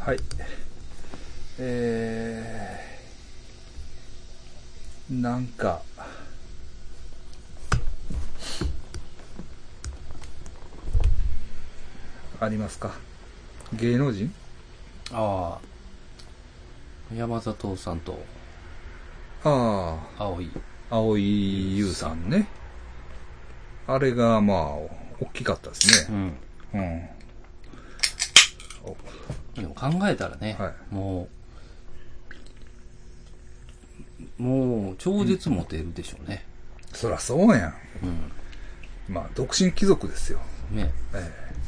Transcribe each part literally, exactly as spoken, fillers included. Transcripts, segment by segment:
はい。えー、なんか、ありますか？芸能人？ ああ、山里さんと、 ああ、 青い。 蒼井優さんね。あれが、まあ、大きかったですね。うん。うん。 でも考えたらね、 はい、 もう、もう、超絶モテるでしょうね。 うん、そらそうやん。 うん。 まあ、独身貴族ですよ。 ね。 え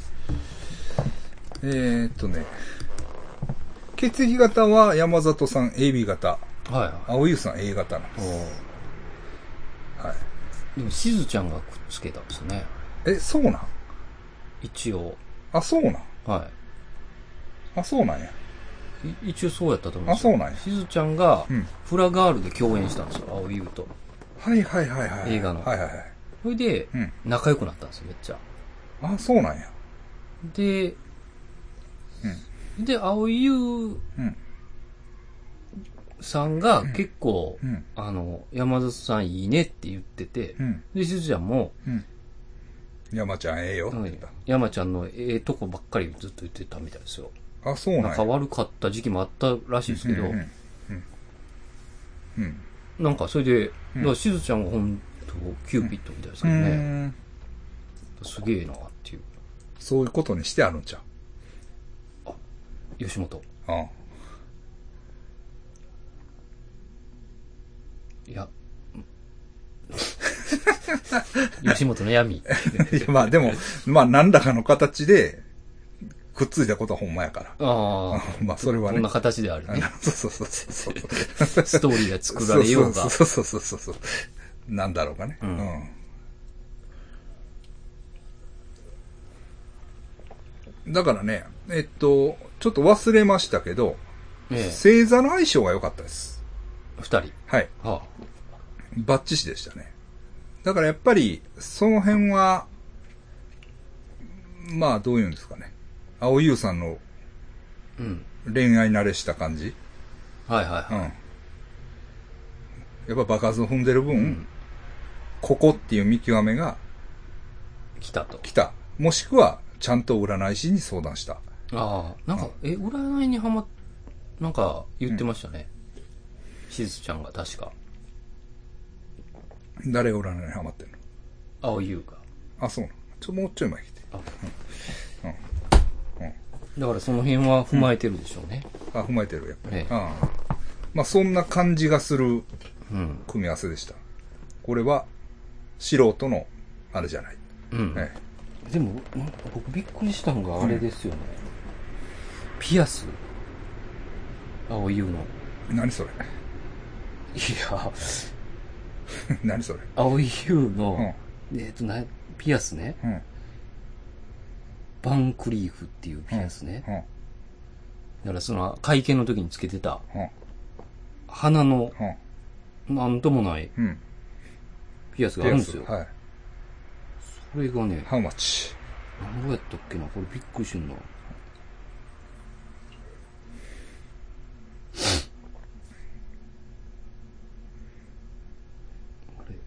ー、えー、っとね、血液型は山里さん エービー 型。 はいはい。 蒼井優さん A 型なんです。はい。 でも、しずちゃんがくっつけたんですね。 え、そうなん？ 一応。 あ、そうなん？ はあ、そうなんや。 い。一応そうやったと思うんですよ。 あ、そうなんや。 しずちゃんがうん、 フラガールで共演したんですよ、青井優と。 はいはいはいはい。 映画の。 はいはいはい。 それでうん、 仲良くなったんですよ、めっちゃ。 あ、そうなんや。 で、 うん、 で、青井優うん、 さんが結構、 うん、 あの、山里さんいいねって言ってて、 うん、 で、しずちゃんも、 うん。山ちゃんええよって言っうん、山ちゃんのええとこばっかりずっと言ってたみたいですよ。 た。あ、そうなんや。 仲悪かった時期もあったらしいですけど、 うん、うん、うん。 なんかそれで、 うん、 だからしずちゃんが本当キューピッドみたいですけどね、 うん、 すげえなっていう。 そういうことにしてあるんちゃう？ あ、吉本。 ああ。 いや、吉本の闇。 まあでも、まあ何らかの形で、くっついたことはほんまやから。 ああ。 まあそれはね。 こんな形であるね。 そうそうそうそう。 ストーリーが作られようが。 そうそうそうそうそう。なんだろうかね。うん。うん、だからね、えっと、ちょっと忘れましたけど、ええ、星座の相性が良かったです。 二人。 はい。 はあ、 バッチシでしたね。だからやっぱり、その辺は、まあどういうんですかね。蒼井優さんの恋愛慣れした感じ、 うん、はいはいはい。うん。 やっぱ場数を踏んでる分、うん、ここっていう見極めが来たと。 来た。もしくは、ちゃんと占い師に相談した。ああ、なんか、うん、え、占いにはま、なんか言ってましたね。しずちゃんが確か。 誰が占いにはまってんの？ 青井優が。 あ、そうなの。ちょ、もうちょい前来て。あ、 うん。うん。だからその辺は踏まえてるでしょうね。 うん、あ、踏まえてる、やっぱり。 ええ、 ああ、まあそんな感じがする組み合わせでした。うん、これは素人のあれじゃない。 うん。ええ、でも、なんか僕びっくりしたのがあれですよね。うん、ピアス。青井優の。 何それ。 いや、 何それ。 青井優の、うん、えっとな、ピアスね。うん、バンクリーフっていうピアスね。うんうん、だからその会見の時につけてた、うん、鼻の、うん、なんともない、うん、ピアスがあるんですよ。はい、それがね、 How much？ 何ぼやったっけな、これびっくりしてんな。あれ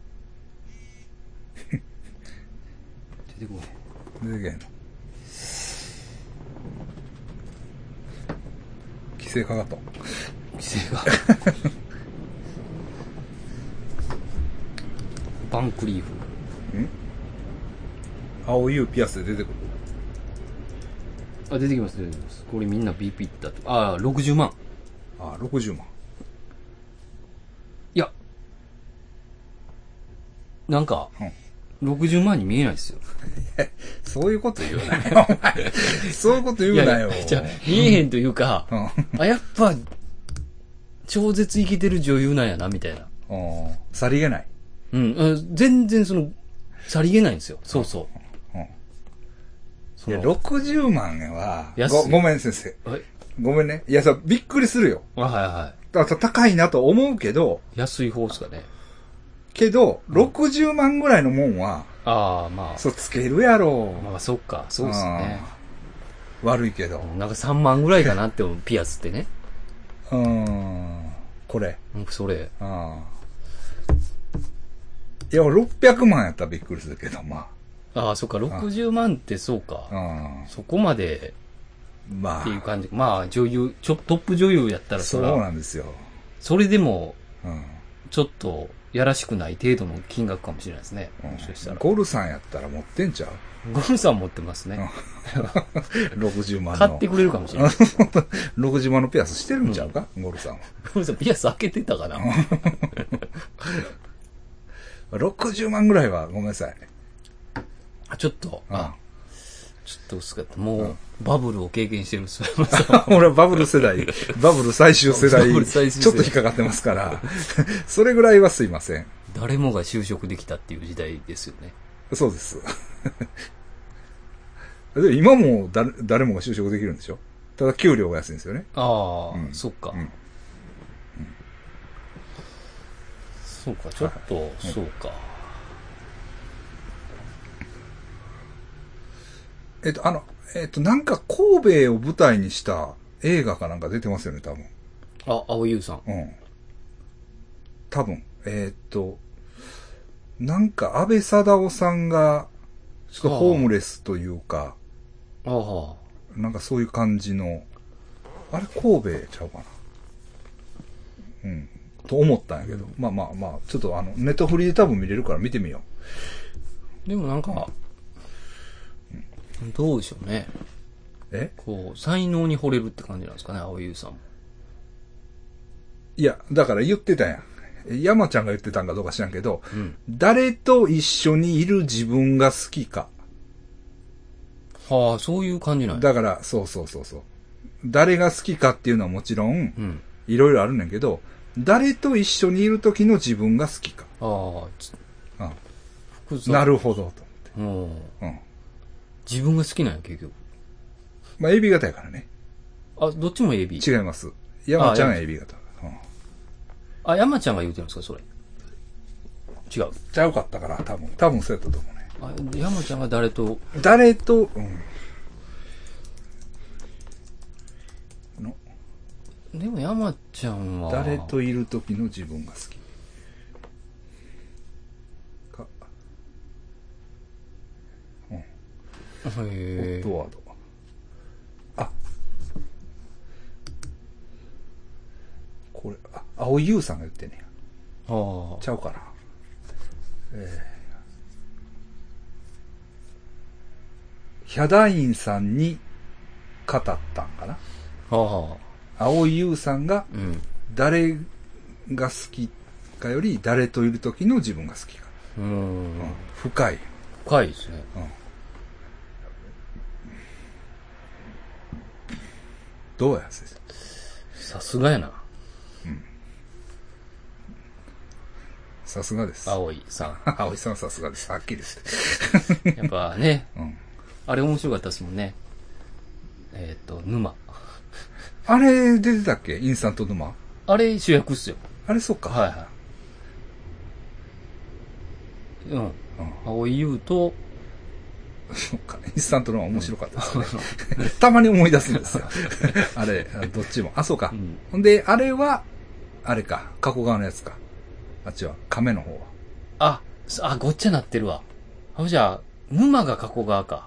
出てこへん。出てけへんの。規制かかった。 規制が。バンクリーフ。 ん？青いピアスで出てくる？ あ、出てきます、出てきます。これみんなビビったと。ああ、ろくじゅうまん。 ああ、ろくじゅうまん。 いや、なんか、うん、ろくじゅうまんに見えないですよ。 そういうこと言うなよ。お前そういうこと言うなよ。いやいや、 じゃあ、見えへんというか、うん、あ、やっぱ、超絶イケてる女優なんやな、みたいな。 さりげない。 うん、全然その、さりげないんですよ。そうそう。 うん、いや、ろくじゅうまん円は、ご、ごめん先生。 はい。 ごめんね。いやさ、びっくりするよ。 あ、はいはい。 だから高いなと思うけど。 安い方ですかね。 けど、ろくじゅうまんぐらいのもんは、 ああ、まあ。 そう、つけるやろ。 まあ、そっか。そうですね。 悪いけど。 なんかさんまんぐらいかなって思う、ピアスってね。 うーん。これ。 うん、それ。 ああ。いや、ろっぴゃくまんやったらびっくりするけど、まあ。ああ、そっか、ろくじゅうまんってそうか。 あそこまで、 まあ。 っていう感じ。まあ、女優、ちょ、トップ女優やったらそうなんですよ。 それでも、 うん。ちょっと、やらしくない程度の金額かもしれないですね。うん、もしかしたら。 ゴルさんやったら持ってんちゃう？ ゴルさん持ってますね。 ろくじゅうまんの。 買ってくれるかもしれない。 ろくじゅうまんのピアスしてるんちゃうか、うん、ゴルさんは。 ゴルさんピアス開けてたかなろくじゅうまんぐらいはごめんなさい。 あ、ちょっと、 うん、 あ、ちょっと薄かった。もう、うん、バブルを経験してる俺はバブル世代、バブル最終世代、ちょっと引っかかってますから、それぐらいはすいません。 誰もが就職できたっていう時代ですよね。 そうです。で今も誰誰もが就職できるんでしょ？ただ給料が安いんですよね。 ああ、 うん、 そっか、うんうん。そうか、ちょっと、はい、そうか。 えっと、あの、えっと、なんか神戸を舞台にした映画かなんか出てますよね、多分。 あ、青優さん。 うん。多分。えっと、なんか安倍貞夫さんが、ちょっとホームレスというか、 ああ、 なんかそういう感じの、あれ神戸ちゃうかな。うん。と思ったんやけど、うん、まあまあまあ、ちょっとあの、ネットフリで多分見れるから見てみよう。でもなんか、うん、どうでしょうね。 え？ こう、才能に惚れるって感じなんですかね、青優さんも。 いや、だから言ってたやん。山ちゃんが言ってたんかどうか知らんけど、 うん、 誰と一緒にいる自分が好きか。 はあ、そういう感じなんや。 だから、そうそうそうそう。誰が好きかっていうのはもちろん、 うん、 いろいろあるねんけど、誰と一緒にいる時の自分が好きか。 ああ、 うん、なるほど、と思って。うん。自分が好きなんや、結局。 まあ、エービー 型やからね。 あ、どっちも エービー？ 違います。山ちゃんは エービー 型。 あ、山ちゃんが言うてるんですか、それ。違う。 ちゃうかったから、多分。多分そうやったと思うね。 あ、山ちゃんが誰と誰と、うん。の。 でも山ちゃんは。 誰といる時の自分が好き。か。うん。 へえ。 ホットワード。あ。これ、あ、青優さんが言ってんねや。 ああ。 ちゃうかな。えー、ヒャダインさんに語ったんかな。 ああ。 青優さんが、 うん、 誰が好きかより、誰といる時の自分が好きか。 うん、うん。 深い。 深いですね。 うん。どうや先生。 さすがやな。 うん。さすがです。 青井さん。 青井さんはさすがです。はっきりして。 やっぱね、 うん、 あれ面白かったですもんね。えっ、ー、と、沼。 あれ出てたっけ？インスタント沼。 あれ主役っすよ。 あれそっか。 はいはい。うん。うん、青井優と、 そっか、インスタント沼面白かったですね。うん、たまに思い出すんですよ。あれ、どっちも。あ、そうか。うん、ほんで、あれは、あれか、加古川のやつか。あっちは、亀の方は。 あ、あ、ごっちゃなってるわ。あ、じゃあ、沼が加古川か。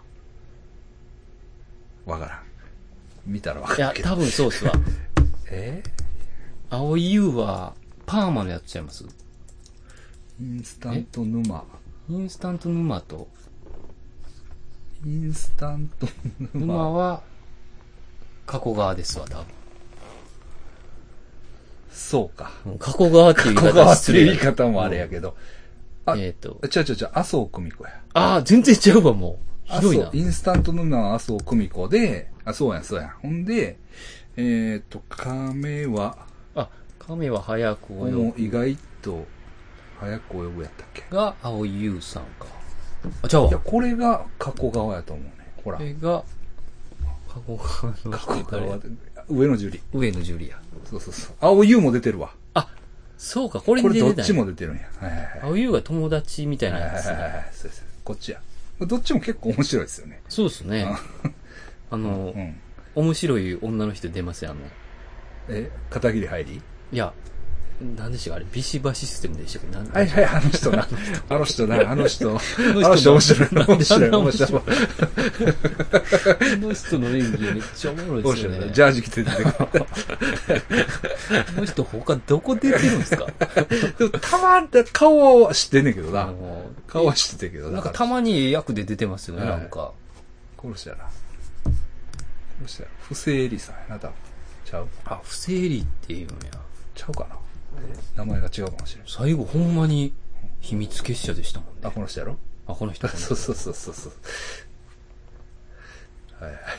わからん。見たらわかるけど。 いや、多分そうっすわ。 えー、青井優は、パーマのやつちゃいます？ インスタント沼。 インスタント沼と、 インスタント沼。 沼は、加古川ですわ、多分。 そうか。 加古川っていう言い方。 加古川っていう言い方もあれやけど。 うん、あえっ、ー、と。 ちゃうちゃうちゃう、麻生久美子や。 ああ、全然違うわ、もう。ひどいな。 インスタント沼は麻生久美子で、あ、そうやん、そうやん。ほんで、えっ、ー、と、亀は、 あ、亀は早く泳ぐ。 もう意外と、早く泳ぐやったっけが、青井優さんか。あ、ちゃうわ。 いや、これが加古川やと思うね。ほら。 これが、加古川の加古川で、上野樹里。 上野樹里や。 そうそうそう。青優も出てるわ。 あ、そうか、これに出てた。 これどっちも出てるんや。はいはいはい。 青優が友達みたいなやつ、ね。 はいはいはい。そうです。こっちや。どっちも結構面白いですよね。 そうですね。 あの、うん、面白い女の人出ますよ、あの。 え、片桐入り？ いや、なんでしょう、あれ、ビシバシステムでしたっけ？ はいはい、あの人な。あの人な、あの人。あの人面白い。面白い、面白い。あの人の演技めっちゃおもろいですよね。 ジャージ着て出てくる。 あの人他どこ出てるんですか？ でもたまに顔は知ってんねんけどな。顔は知っててんけどなんかたまに役で出てますよね、なんか。 殺しやな。殺しや。不正理さんやな、多分。ちゃう？ あ、不正理っていうんや。 ちゃうかな。名前が違うかもしれない。 最後ほんまに秘密結社でしたもんね。 あ、この人やろ？ あ、この人。 そうそうそうそうそう。はいはい。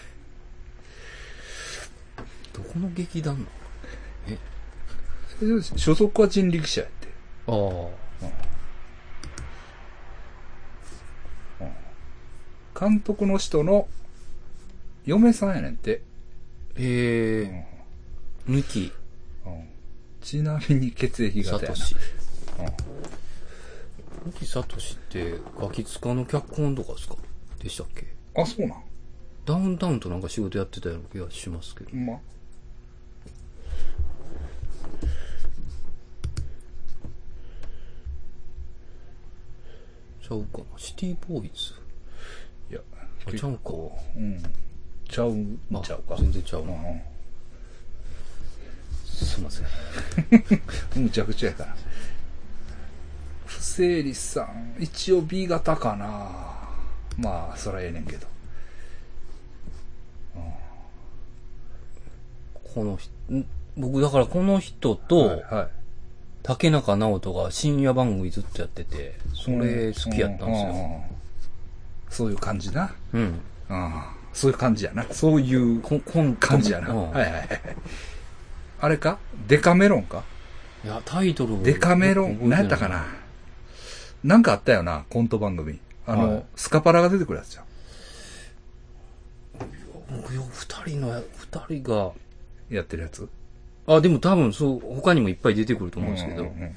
どこの劇団なの？え所属は人力車やって。 ああ。うん。 うん。監督の人の嫁さんやねんって。 へえ。うん、抜き。 うん。ちなみに血液型やな。 うん。抜きさとしってガキ使の脚本とかですか？でしたっけ？ あ、そうなん？ ダウンタウンとなんか仕事やってたような気がしますけど。 まあ。 ちゃうかな。シティボーイズ。 いや、 あ、ちゃうか。 うん。ちゃう、ちゃうか。 全然ちゃうな。うん、すいません。 むちゃくちゃやから。不正理さん、一応 B 型かな。まあ、そらええねんけど。うん、 この人、僕だからこの人と、はいはい、竹中直人が深夜番組ずっとやってて、それ好きやったんですよ。うんうんうん、 そういう感じな。 うん。 うん、そういう感じやな。そういう感じやな。うん、はいはいはい。あれか？デカメロンか？ いや、タイトルデカメロン、何やったかな？なんかあったよな、コント番組。あの、はい、スカパラが出てくるやつじゃん。 僕よ、二人の、二人が。 やってるやつ？ あ、でも多分そう、他にもいっぱい出てくると思うんですけど。うんうんうん、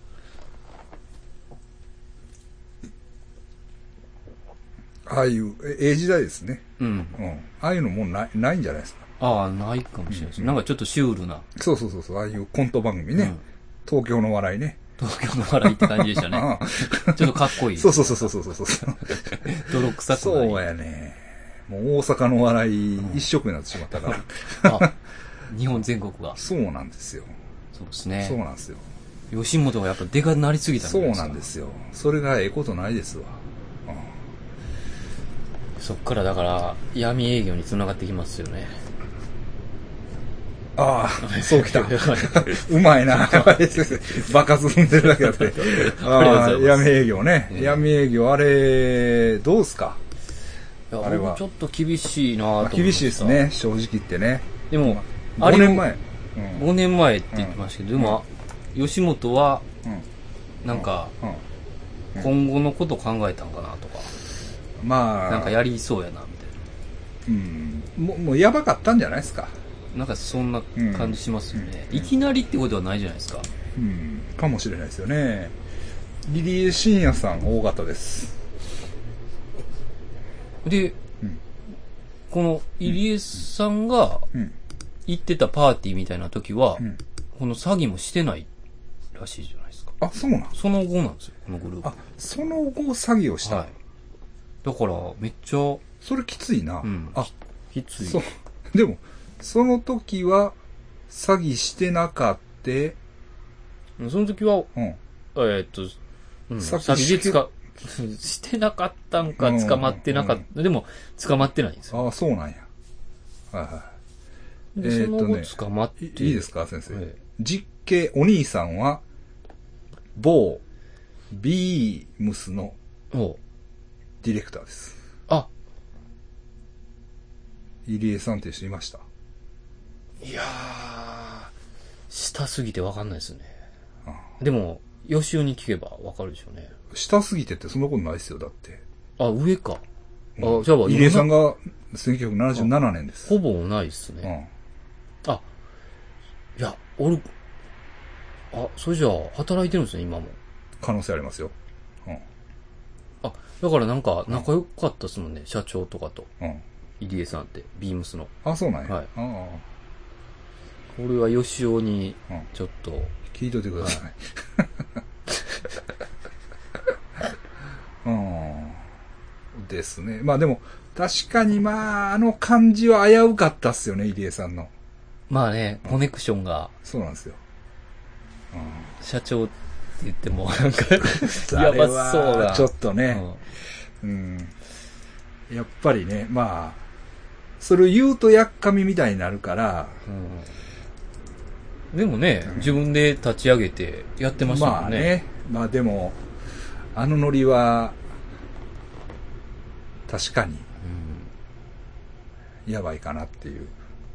ああいう、ええ時代ですね。 うん。うん。 ああいうのもうない、ないんじゃないですか。 ああ、ないかもしれないです、うんうん。なんかちょっとシュールな。 そうそうそうそう、ああいうコント番組ね。うん、東京の笑いね。 東京の笑いって感じでしたね。ちょっとかっこいい。 そうそうそうそうそうそう。 泥臭くない。 そうやね。もう大阪の笑い一色になってしまったから。 あ、日本全国が。 そうなんですよ。 そうですね。 そうなんですよ。 吉本がやっぱでかなりすぎたんですか。そうなんですよ。それがええことないですわ。 うん、そっからだから闇営業に繋がってきますよね。 ああ、そうきた。うまいな。バカ進んでるだけだって。ああ、闇営業ね。ね、闇営業、あれ、どうすか？ あれは。ちょっと厳しいなと思って。 厳しいですね、正直言ってね。 でも、 ごねんまえ。 うん、ごねんまえって言ってましたけど、うん、でも、吉本は、なんか、今後のこと考えたんかなとか。まあ。なんかやりそうやな、みたいな。 うん。もう、もうやばかったんじゃないですか。 なんかそんな感じしますよね、うん。いきなりってことはないじゃないですか。 うん。かもしれないですよね。リリー・シンヤさん、大型です。 で、うん、この入江さんが行ってたパーティーみたいな時は、うん、この詐欺もしてないらしいじゃないですか。 あ、そうなん？ その後なんですよ、このグループ。 あ、その後詐欺をした。はい。 だから、めっちゃ。 それきついな。 うん。あ、きつい。 そう。でも、その時は、詐欺してなかった。 その時は、 うん、 えー、っと、うん、詐欺で使、してなかったんか、捕まってなかった。うんうん、でも、捕まってないんですよ。 ああ、そうなんや。はいはい。 で、えー、その後捕まって、 ねい。いいですか、先生。はい、実家、お兄さんは、某、ビームスの、ディレクターです。 あ入江さんっていう人いました？ いやー、下すぎてわかんないですね。ああでも、予習に聞けばわかるでしょうね。 下すぎてってそんなことないですよ、だって。 あ、上か。 うん、あ、じゃあ、入江さんがせんきゅうひゃくななじゅうななねんです。 ほぼないっすね。うん、あ、いや、俺、あ、それじゃあ、働いてるんですね、今も。 可能性ありますよ。うん。 あ、だからなんか、仲良かったっすもんね、うん、社長とかと。 うん。 入江さんって、ビームスの。 あ、そうなんや。 はい。 ああ。 これは吉尾に、ちょっと、うん、 聞いといてください。うん。ですね。まあでも、確かにまあ、あの感じは危うかったっすよね、入江さんの。 まあね、コネクションが。 そうなんですよ。 うん、社長って言っても、なんか、やばそうな。 ちょっとね、うん。うん。やっぱりね、まあ、それを言うとやっかみみたいになるから、 うん、でもね、うん、自分で立ち上げてやってましたもんね。 まあね、まあでも、あのノリは、確かに、うん、やばいかなっていう。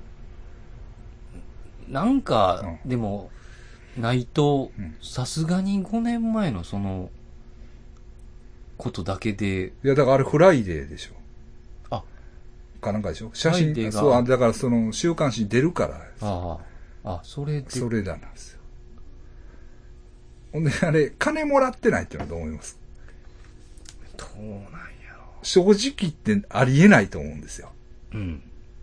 なんか、うん、でも、ないと、さすがにごねんまえのその、ことだけで。 いや、だからあれフライデーでしょ。 あ。 かなんかでしょ。写真、そう、だからその、週刊誌に出るから。 ああ。あ、それで。 それだなんですよ。ほんで、あれ、金もらってないっていうのはどう思います？ どうなんやろ。 正直言ってありえないと思うんですよ。 うん。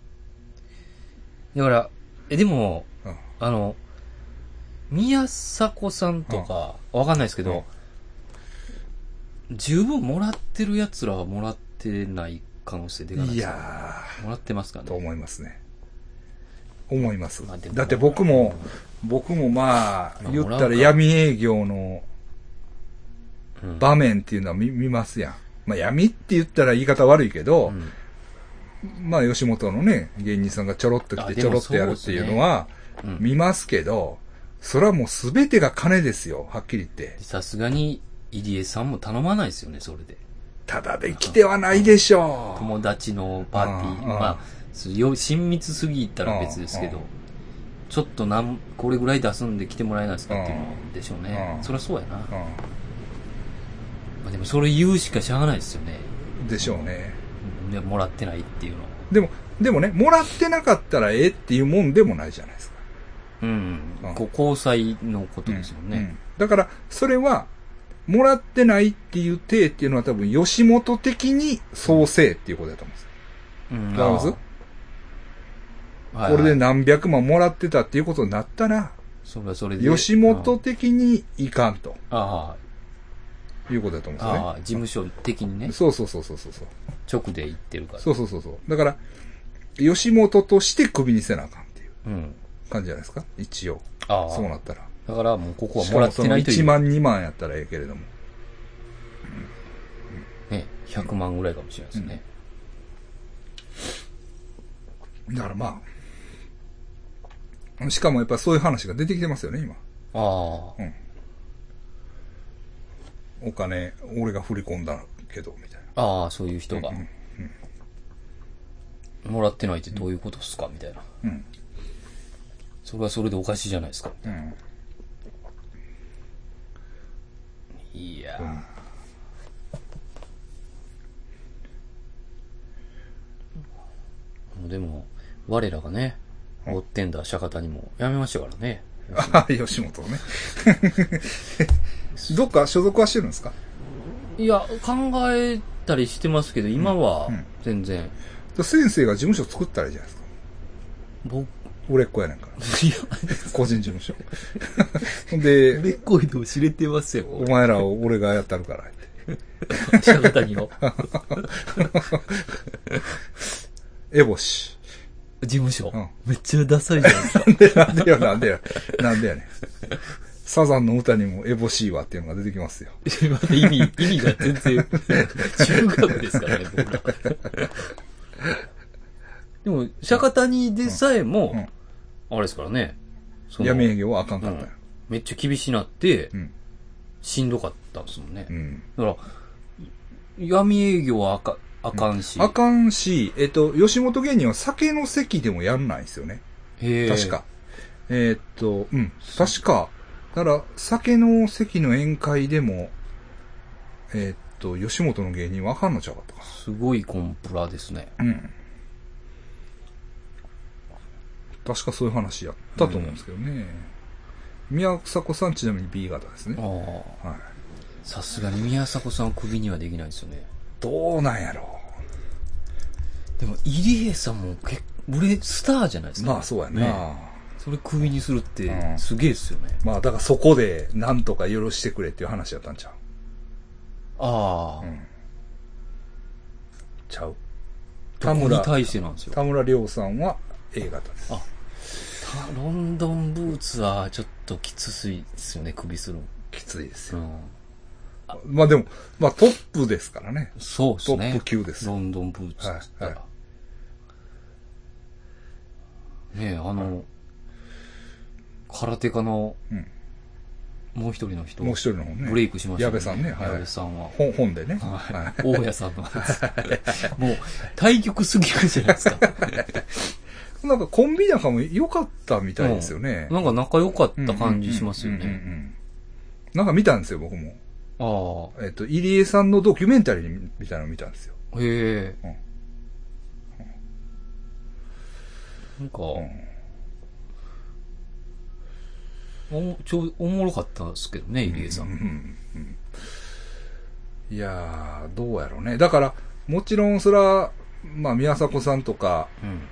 だから、え、でも、うん、あの、宮迫さんとか、わかんないですけど、うん、十分もらってる奴らはもらってない可能性でかないですか？いやー。もらってますかね？ と思いますね。思います。まあ、だって僕も、うん、僕もまあ、言ったら闇営業の場面っていうのは 見,、うん、見ますやん。まあ闇って言ったら言い方悪いけど、うん、まあ吉本のね、芸人さんがちょろっと来てちょろっとやるっていうのは見ますけど、それはもう全てが金ですよ、はっきり言って。さすがに入江さんも頼まないですよね、それで。 ただで来てはないでしょう。 友達のパーティー。まあ、親密すぎたら別ですけど、ちょっとなん、これぐらい出すんで来てもらえないですかっていうのでしょうね。そりゃそうやな。まあでもそれ言うしかしゃあないですよね。 でしょうね。 でもらってないっていうの。 でも、でもね、もらってなかったらええっていうもんでもないじゃないですか。 うん。うん、こう交際のことですもんね。うんうん、 だから、それは、もらってないっていう体っていうのは多分、吉本的にそうせえっていうことだと思うんですよ。わかります？これで何百万もらってたっていうことになったら、 それはそれで吉本的にいかんと。 ああ。いうことだと思うんですよね。 ああ、事務所的にね。 そうそうそうそうそう。 直で言ってるから。 そうそうそうそう。だから、吉本としてクビにせなあかんっていう感じじゃないですか、一応。ああ。そうなったら。 だからもうここはもらってないという。 いちまんにまんやったらええけれども。 うん、ね、ひゃくまんぐらいかもしれないですね。 うん、だからまあ、しかもやっぱそういう話が出てきてますよね、今。ああ。うん。お金、俺が振り込んだけど、みたいな。ああ、そういう人が、うんうんうん。もらってないってどういうことっすか、みたいな。うん。それはそれでおかしいじゃないですか。うん。いやー。うん、でも、我らがね、追ってんだ、釈迦にもやめましたからね。 ああ、吉本ね。どっか所属はしてるんですか？ いや、考えたりしてますけど、今は全然。うんうん、先生が事務所作ったらいいじゃないですか。 僕、 売れっ子やねんから。いや、個人事務所。ほんで、 売れっ子いの知れてますよ。 お前らを俺がやったるからって。釈迦にを。 エボシ。 事務所、うん、めっちゃダサいじゃないですか。 なんで、なんでや、なんでや、なんでやねん。サザンの歌にもエボシーワっていうのが出てきますよ。 意味、意味が全然、中学ですからね、僕ら。でも、釈迦谷でさえも、うんうん、あれですからね。 闇営業はあかんかったよ、うん。 めっちゃ厳しなって、うん、しんどかったですもんね。うん、だから、闇営業はあか、あかんし、 うん。あかんし、えっと、吉本芸人は酒の席でもやんないんですよね。 へ確か。えー、っと、うん、確か。だから、酒の席の宴会でも、えー、っと、吉本の芸人はあかんのちゃうかったかな。 すごいコンプラですね。 うん。確かそういう話やったと思うんですけどね。うん、宮迫さんちなみに B 型ですね。ああ。はい。さすがに宮迫さんをクビにはできないですよね。 どうなんやろでも入江さんも結構俺スターじゃないですか。 まあそうやな、ね、 それクビにするってすげえっすよね、 うん、まあだからそこでなんとか許してくれっていう話やったんちゃう。 ああ、うん、 ちゃう。 田村に対してなんですよ。 田村亮さんは A 型です。 あ、ロンドンブーツはちょっときついですよね、クビするの。 きついですよ、うん、まあでもまあトップですからね。 そうですね、 トップ級です。 ロンドンブーツって言ったら、はいはい、ねえあの、はい、空手家の、うんもう一人の人。 もう一人の方ね。 ブレイクしましたね。 矢部さんね。 はい、矢部さんは。 本、本でね。 はい。大家さんのやつ。もう、対局すぎるじゃないですか。 なんかコンビ仲も良かったみたいですよね。 うん、なんか仲良かった感じしますよね。 なんか見たんですよ、僕も。ああ。えっと、入江さんのドキュメンタリーみたいなの見たんですよ。 へえ。うん、なんか、うんおちょおもろかったですけどね、入江さん。うんうんうん、いやー、どうやろうね。だから、もちろんそら、まあ、宮迫さんとか、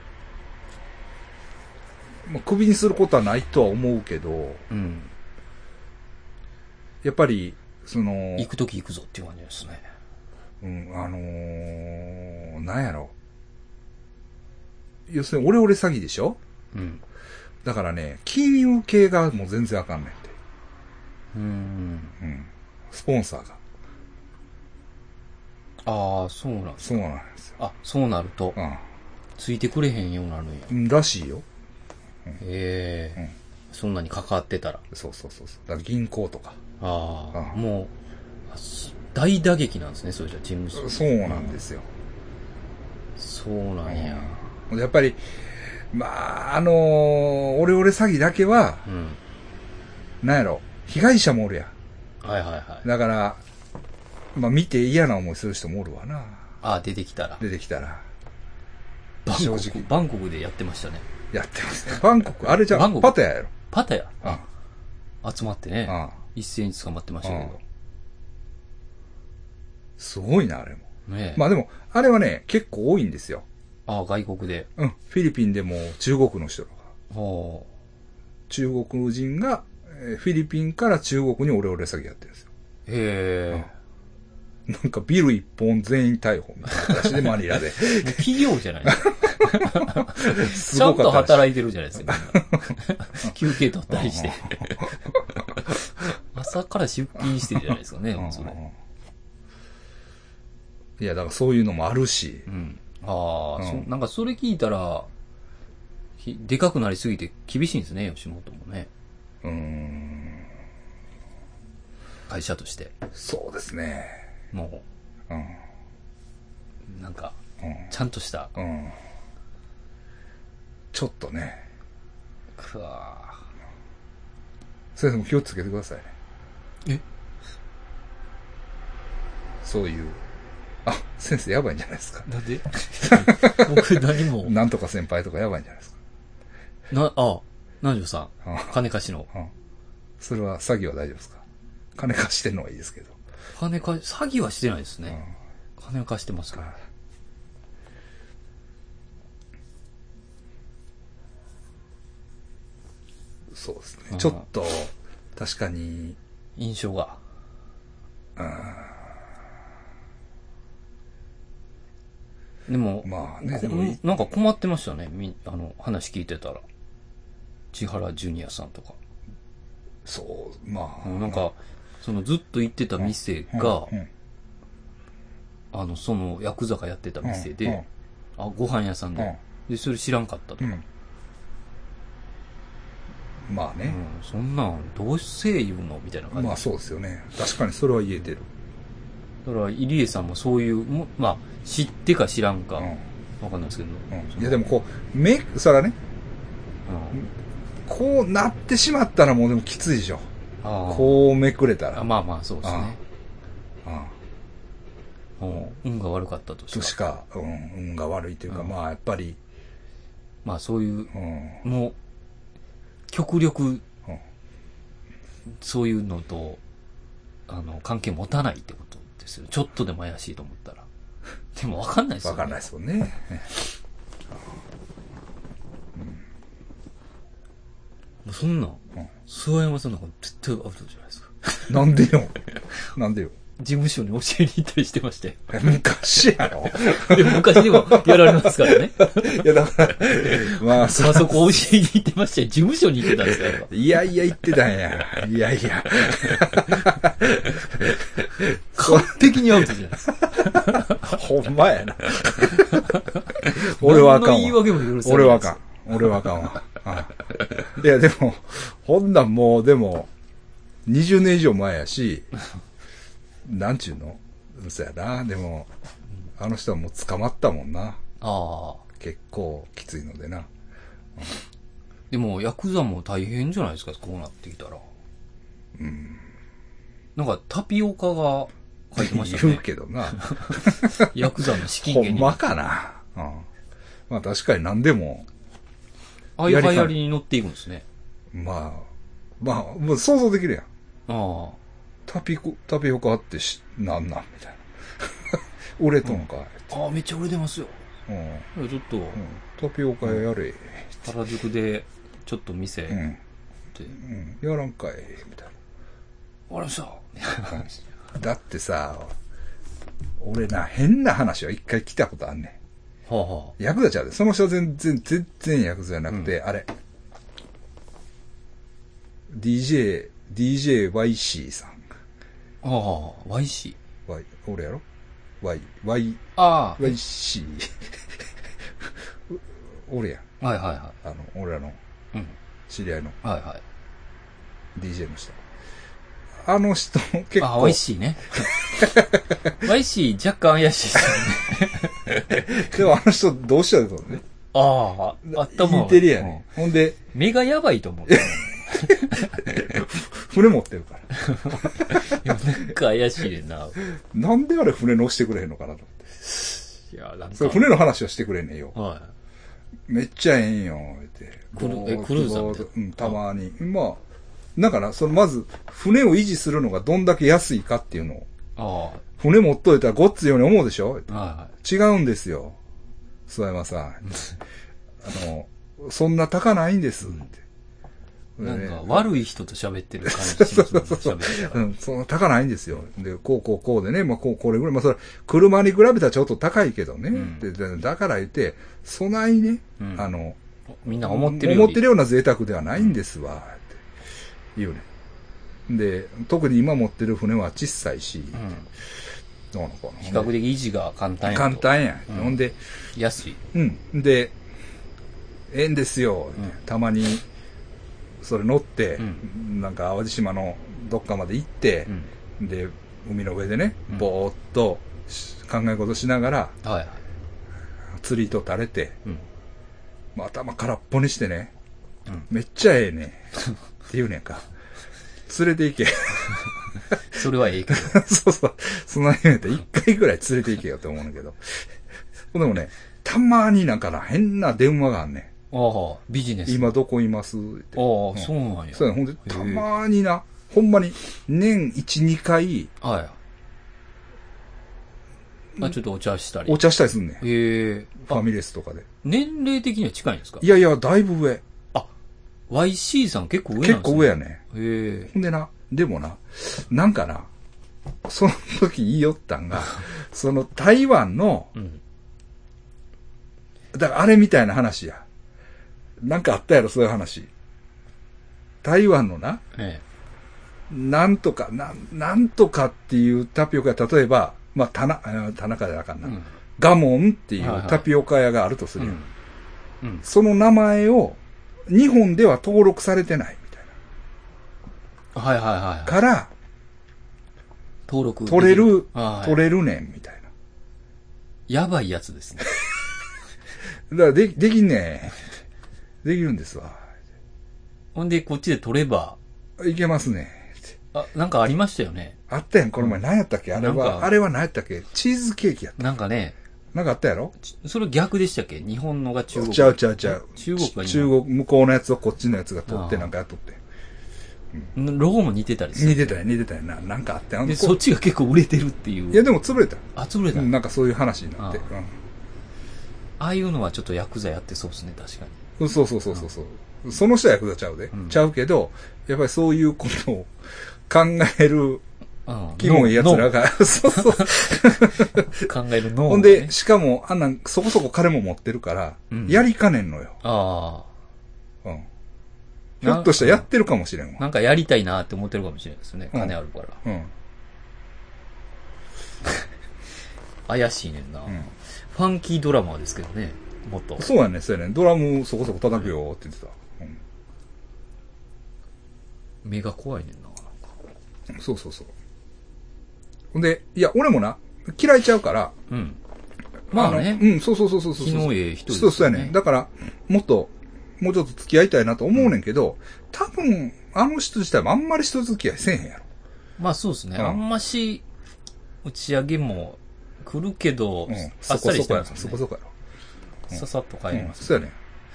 うんまあ、クビにすることはないとは思うけど、うん、やっぱり、その、 行くとき行くぞっていう感じですね。 うん、あのー、なんやろ。要するに、オレオレ詐欺でしょ？うん。だからね、金融系がもう全然あかんねんて。うん。うん。スポンサーが。 ああ、そうなんですか。 そうなんですよ。 あ、そうなると。うん。ついてくれへんようになるんや。 うん、らしいよ。 うん、へえ。うん。そんなに関わってたら。 そうそうそうそう。だから銀行とか。 ああ、うん、もう、大打撃なんですね、それじゃ、事務所。 そうなんですよ。 うん、そうなんや。 うん、やっぱり、まあ、あのー、オレオレ詐欺だけは、うん、なんやろ、被害者もおるやん。 はいはいはい。 だから、まあ見て嫌な思いする人もおるわな。 ああ、出てきたら。 出てきたら。 バンコク、正直。バンコクでやってましたね。 やってますね。バンコク、あれじゃん、パタヤやろ。 パタヤうん。集まってね。うん。一斉に捕まってましたけど。うん、 すごいな、あれも。 ねえ。 まあでも、あれはね、結構多いんですよ。 ああ、外国で。 うん。フィリピンでも中国の人とか。お中国人が、フィリピンから中国にオレオレ詐欺やってるんですよ。 へえ。なんかビル一本全員逮捕みたいな形でマニラで。 企業じゃないですか。ちゃんと働いてるじゃないですか。休憩取ったりして。朝から出勤してるじゃないですかね、それ。 いや、だからそういうのもあるし。 うん、ああ、うん、なんかそれ聞いたら、でかくなりすぎて厳しいんですね、吉本もね。うーん。会社として。 そうですね。 もう。うん。なんか、うん、ちゃんとした。うん。 ちょっとね。 くわー。先生も気をつけてくださいね。 えそういう。あ、先生やばいんじゃないですか。 なんで僕何も。 なんとか先輩とかやばいんじゃないですか。 な、あ、南條さん。金貸しの、うん。 それは詐欺は大丈夫ですか？金貸してるのはいいですけど。 金貸し、詐欺はしてないですね。うん、金貸してますから。 そうですね。ちょっと、確かに。 印象が。うん。でも、まあね、でもなんか困ってましたね。みあの、話聞いてたら。千原ジュニアさんとか。 そう、まあ。 なんか、そのずっと行ってた店が、うんうん、あの、その、ヤクザがやってた店で、うんうん、あ、ご飯屋さんで、うん、で、それ知らんかったとか。うんまあね、 うん。そんなん、どうせ言うのみたいな感じ。 まあそうですよね。確かにそれは言えてる。 だから、入江さんもそういう、まあ、知ってか知らんか、わ、うん、かんないですけど、 うん。いやでもこう、め、そらね、うん、こうなってしまったらもうでもきついでしょ。あこうめくれたら。 あまあまあそうですね。あああ運が悪かったとしか。 としか、うん、運が悪いというか、うん、まあやっぱり。 まあそういう、うん、もう、極力、うん、そういうのと、あの、関係持たないってことですよ。ちょっとでも怪しいと思ったら。 でも分かんないですよね。 分かんないですもんね。 うん、そんなん、うん、諏訪山さんなんか絶対アウトじゃないですか。 なんでよ。なんでよ。 事務所に教えに行ったりしてましたよ。 昔やろでも昔でもやられますからね。 いや、だから、まあ、 そ、そこ教えに行ってましたよ。事務所に行ってたんですから。 いやいや、行ってたんや。いやいや。 完璧にアウトじゃないですか。 ほんまやな。俺はあかんわ。 何の言い訳も許されない。 俺はあかん。俺はあかんわ。いや、でも、ほんなんもう、でも、にじゅうねん以上前やし、なんちゅうのそやな。でも、あの人はもう捕まったもんな。 ああ。 結構きついのでな。うん、 でも、ヤクザも大変じゃないですか、こうなってきたら。うん。なんか、タピオカが書いてましたね。 言うけどな。 ヤクザの資金源に。 ほんまかな。うん。まあ確かに何でも。 ああいう流行りに乗っていくんですね。 まあ、まあ、もう想像できるやん。ああ。タピコ、タピオカってし、なんなんみたいな。売れとんか、 うん、ああ、めっちゃ売れてますよ。うん。ちょっと、うん、 タピオカやれ。 原宿で、ちょっと店、うん。 うん。やらんかい、みたいな。 終わりました。 だってさ、俺な、変な話は一回来たことあんねん。はあはあ、ヤクザちゃうで。その人は全然、全然ヤクザじゃなくて、うん、あれ。ディージェー、ディージェーワイシー さん。 ああ、ワイシー。Y、俺やろ ?Y、Y、 ああ。 ワイシー。俺や。 はいはいはい。 あの、俺らの、知り合いの。 はいはい。 ディージェー の人。あの人、結構。 あ、ワイシーね。ワイシー若干怪しいですよね。 でもあの人どうしたのね。 ああ、頭似てるやね、うん。ほんで。 目がやばいと思う。 船持ってるから。 いや、なんか怪しいねんな。 なんであれ船乗してくれへんのかなと思って。いや、なんか。それ船の話はしてくれんねんよ。はい。めっちゃええんよ、って。 クルえ、クルーザーみたいな。 うん、たまに。まあ、だから、そのまず、船を維持するのがどんだけ安いかっていうのを。ああ。船持っといたらごっついように思うでしょ、はい、違うんですよ。諏訪山さん。あの、そんな高ないんです、って。 なんか、悪い人と喋ってる感じしますね。喋ってうん、その高ないんですよ。で、こうこうこうでね、まあこう、これぐらい、まあそれ、車に比べたらちょっと高いけどね。うん、でだから言って、そないね、うん、あの、 みんな思ってるように思ってるような贅沢ではないんですわ、って言うね。で、特に今持ってる船は小さいし、うん、 どうのかな。比較的維持が簡単や。 簡単や。うん、ほんで、 安い。 うん。で、ええんですよ、うん、たまに、それ乗って、うん、なんか淡路島のどっかまで行って、うん、で、海の上でね、うん、ぼーっと考え事しながら、はいはい、釣り糸垂れて、うん、まあ、頭空っぽにしてね、うん、めっちゃええねって言うねんか。連れて行け。 それはええけど。 そうそう。その辺で一回ぐらい連れて行けよって思うんだけど。でもね、たまになんかな、変な電話があんねん。 ああ、ビジネス。 今どこいますって。 ああ、うん、そうなんや。 そうや、ほんで、たまにな、ほんまに、年いち、にかい。はい。 あ、ちょっとお茶したり。 お茶したりすんねん。へえ。 ファミレスとかで。 年齢的には近いんですか？ いやいや、だいぶ上。 あ、ワイシー さん結構上なんですね。 結構上やね。 へえ。 ほんでな、でもな、なんかな、その時言いよったんが、その台湾の、うん、だからあれみたいな話や。なんかあったやろ、そういう話。台湾のな、ええ、なんとか、な、なんとかっていうタピオカ屋、例えば、まあ、田中、田中じゃなかんな、うん、ガモンっていうタピオカ屋があるとするよ、うんうん。その名前を、日本では登録されてないみたいな。はいはいはい。 から、 登録取れる、はい、取れるねん、みたいな。 やばいやつですね。 だからで、できんねん。できるんですわ。 ほんで、こっちで取れば。 いけますね。 あ、なんかありましたよね。 あったやん、この前。何やったっけあれは、あれは何やったっけチーズケーキやった。 なんかね。 なんかあったやろそれ逆でしたっけ日本のが中国。 ちゃうちゃうちゃう。 中国が中国、向こうのやつをこっちのやつが取ってなんかやっとって。 うん、ロゴも似てたりする。 似てたよ、似てたよな。なんかあってで、そっちが結構売れてるっていう。 いや、でも潰れた。 あ、潰れた。 うん、なんかそういう話になって。ああ、 うん、ああいうのはちょっとヤクザやってそうですね、確かに。そうそうそうそうそう、うん。その人はヤクザちゃうで、うん。ちゃうけど、やっぱりそういうことを考える、キモい奴らが、そうそう。 考える脳、ね。 ほんで、しかも、あんなん、そこそこ彼も持ってるから、うん、やりかねんのよ。 ああ。うん。ひょっとしたらやってるかもしれんわ。 なんかやりたいなって思ってるかもしれないですね。金あるから。うん。うん、怪しいねんな、うん。ファンキードラマーですけどね、もっと。 そうやね、そうやね。ドラムそこそこ叩くよって言ってた。うん。 目が怖いねんな。 なんかそうそうそう。ほんで、いや、俺もな、嫌いちゃうから。 うん。まあね。 あうん、そうそうそうそうそう。 気のええ人ですよね。 そうそうやね。だから、もっと、もうちょっと付き合いたいなと思うねんけど、うん、多分、あの人自体もあんまり人付き合いせえへんやろ。 まあそうですね。うん、あんまし、打ち上げも来るけど、うん、あっさりしてますね。 そこそこやろ。 うん、ささっと帰ります、 ね。うん、そうやね。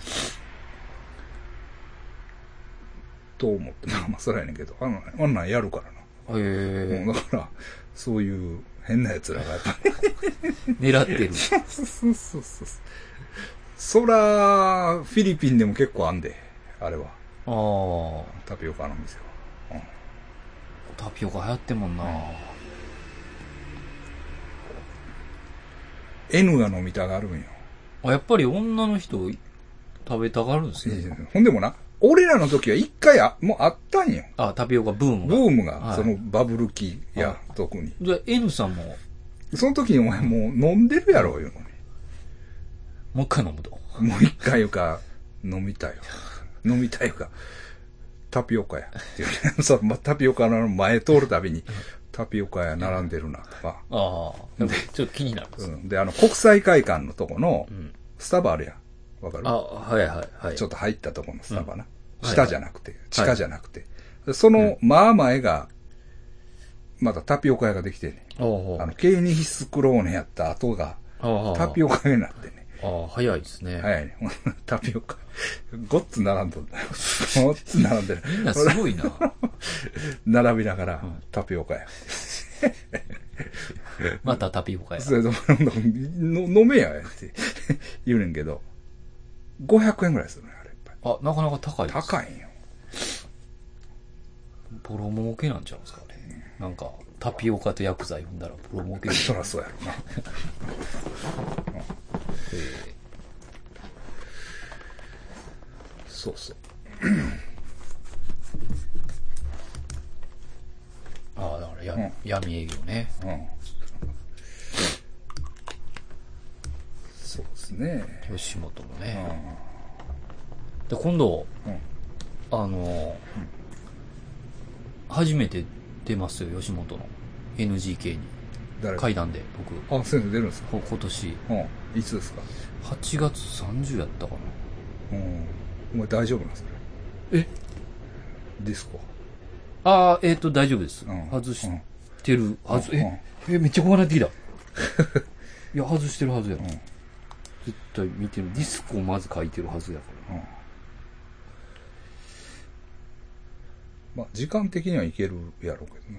と思って、まあまあ、それやねんけど、あの、あんなんやるからな。 へえ。 だから、そういう変な奴らがやっぱ狙ってる。 そうそうそうそう。そら、フィリピンでも結構あんで、あれは。 ああ。タピオカの店は。うん、 タピオカ流行ってんもんな、うん、 N が飲みたがるんよ。 あ、やっぱり女の人食べたがるんですね。 ほんでもな、俺らの時は一回あ、もうあったんよ。 あ、タピオカブームが。ブームが、はい、そのバブル期や、特に。 じゃあ N さんも。 その時にお前もう飲んでるやろ、いうのに。 もう一回飲むと。 もう一回いうか、飲みたいよ。飲みたいよか。タピオカや。っていう、そう、タピオカの前通るたびに、タピオカや並んでるな、とか。 ああ。で、ちょっと気になるんです、 うん。で、あの、国際会館のとこの、スタバあるやん。わかる？ あ、はいはいはい。 ちょっと入ったとこのスタバな。うん、下じゃなくて、地下じゃなくて。はい、その、まあ前が、まだタピオカ屋ができてね。あの、ケーニヒスクローネやった後が、タピオカ屋になってね。 ああ、早いですね。 早いね。タピオカ。ごっつ並んどんだよ。ごっつ並んでる。 みんなすごいな。 並びながら、うん、タピオカや。 またタピオカや。 それで飲めや、って言うねんけど、ごひゃくえんぐらいするね、あれ。 あ、なかなか高いです。 高いんよ。 ボロ儲けなんちゃうんですかね。うん、なんか、タピオカと薬剤踏んだらボロ儲ける。 そらそうやろな。うん、そうそう。 ああ、だからや、うん、闇営業ね。うん。 そうですね。 吉本もね。うん、で、今度、うん、あの、うん、初めて出ますよ、吉本の エヌジーケー に。誰階段で、僕。 あ、先生出るんですか？ 今年。 うん。いつですか？ はちがつさんじゅうやったかな。 うん。お前大丈夫なんですか？ えディスコ。 ああ、えっ、ー、と、大丈夫です。うん、外してるはず。うん、え、え、めっちゃ怖なってきた。いや、外してるはずやろ。うん、絶対見てる。ディスコをまず書いてるはずやから。うん、 まあ、時間的にはいけるやろうけどな。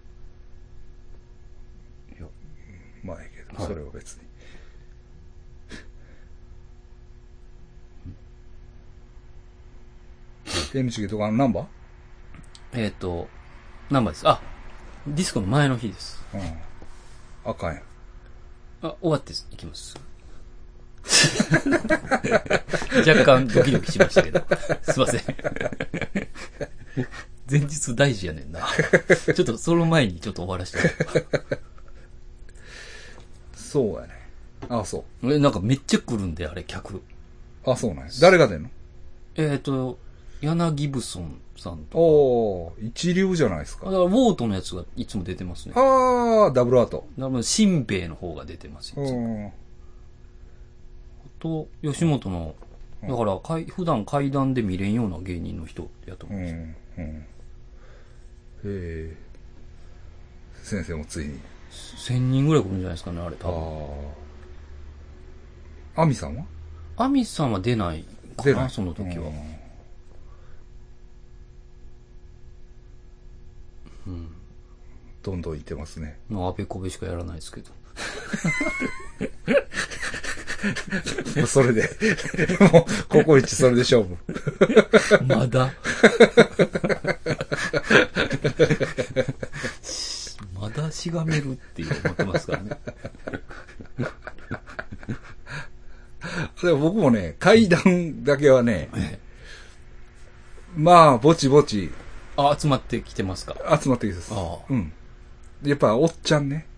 いや、まあ、いいけど、はい、それは別に。エヌエイチケー とかのナンバー？ えっ、ー、と、ナンバーです。あ、ディスコの前の日です。 うん。あかんやん。 あ、終わっていきます。若干ドキドキしましたけど。すいません。前日大事やねんな。ちょっとその前にちょっと終わらせて。 そうやね。あ、そう。 え、なんかめっちゃ来るんで、あれ、客。 あ、そうなんや。誰が出んの？ えっ、ー、と、柳ギブソンさんとか。 おー、一流じゃないですか。 だから、ウォートのやつがいつも出てますね。 あー、ダブルアート。 だから、新兵の方が出てますよ。うん。と、吉本の、だから、かい普段階段で見れんような芸人の人やと思うんですよ。うん。うん。へえ。先生もついに。 千人ぐらい来るんじゃないですかね、あれ、多分。 ああ。アミさんは？ アミさんは出ないかな、その時は。 うん。どんどんいってますね。 もうあべこべしかやらないですけど。 もうそれで、もう、ココイチそれで勝負。 まだまだしがめるって思ってますからね。 でも僕もね、階段だけはね、まあ、ぼちぼち。 あ、集まってきてますか？ 集まってきてます。 ああ。 うん。やっぱ、おっちゃんね。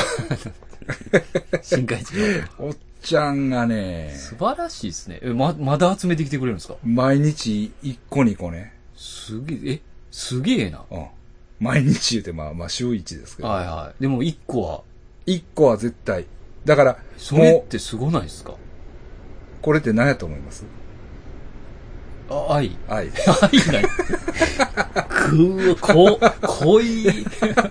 新海地の。 おっちゃんがね、 素晴らしいですね。え、ま、まだ集めてきてくれるんですか？ 毎日いっこにこね。 すげえ、え、すげえな。 うん。毎日言うて、まあまあ週いちですけど。 はいはい。でもいっこは。 いっこは絶対。だから、 それってすごないですか？ これって何やと思います？ あ、愛。 愛。 愛ない。くー、こ、濃い。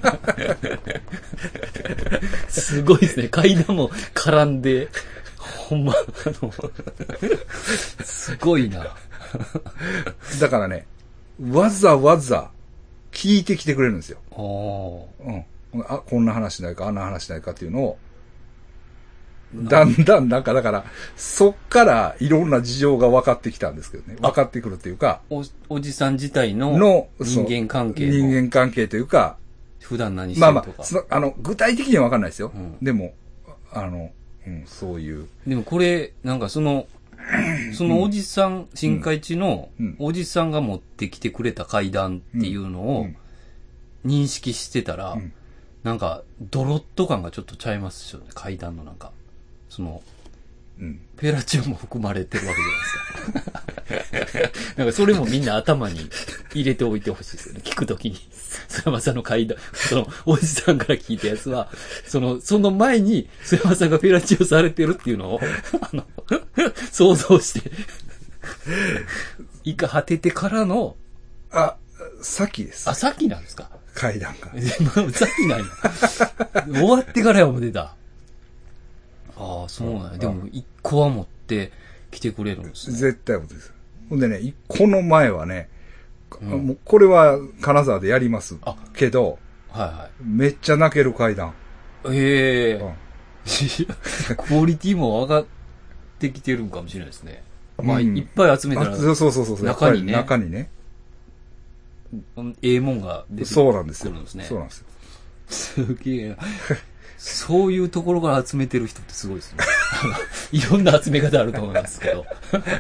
すごいですね。階段も絡んで、ほんま、あの、すごいな。 だからね、わざわざ聞いてきてくれるんですよ。 あうん。あ、こんな話ないか、あんな話ないかっていうのを、だんだんなんかだから、そっからいろんな事情が分かってきたんですけどね。分かってくるっていうか。 お、おじさん自体のの人間関係の。 人間関係というか。 普段何してるとか。まあまあ、 その、あの、具体的には分かんないですよ。 うん、 でも、あの、うん、そういう。 でもこれ、なんかその、そのおじさん、うん、新海地のおじさんが持ってきてくれた階段っていうのを認識してたら、うんうん、なんかドロッと感がちょっとちゃいますよね、階段のなんか。その、うん、ペラチオンも含まれてるわけじゃないですか。なんかそれもみんな頭に入れておいてほしいですよね。聞くときに。須山さんの階段、その、おじさんから聞いたやつは、その、その前に須山さんがペラチオされてるっていうのを、あの、想像して、一回果ててからの、 あ、先です。 あ、先なんですか？ 階段が。 先なんや。終わってからやも出た。ああ、そうなんや。でも、一個は持ってきてくれるんですね。 絶対持ってです。ほんでね、一個の前はね、うん、もうこれは金沢でやります。けど、 はいはい。 めっちゃ泣ける階段。 ええー。うん、クオリティも上がってきてるんかもしれないですね。まあ、うん、いっぱい集めたら、 そうそうそうそう。 中にね。 中にね。 ええもんが出てくるんですね。 そうなんですよ。そうなんですよ。 すげえな。そういうところから集めてる人ってすごいですね。いろんな集め方あると思いますけど。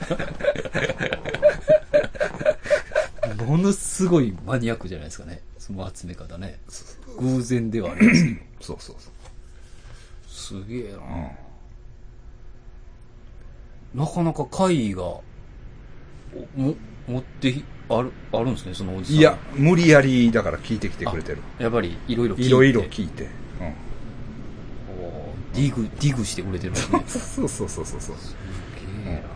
ものすごいマニアックじゃないですかね。その集め方ね。偶然ではありますけど。 そうそうそう。 すげえな、うん、なかなか会が、も、持ってある、あるんですね、そのおじさん。 いや、無理やりだから聞いてきてくれてる。 やっぱりいろいろ聞いて。 いろいろ聞いて。うん。 ディグ、ディグしてくれてるんですね。 そうそうそうそうそう。 すげえな、うん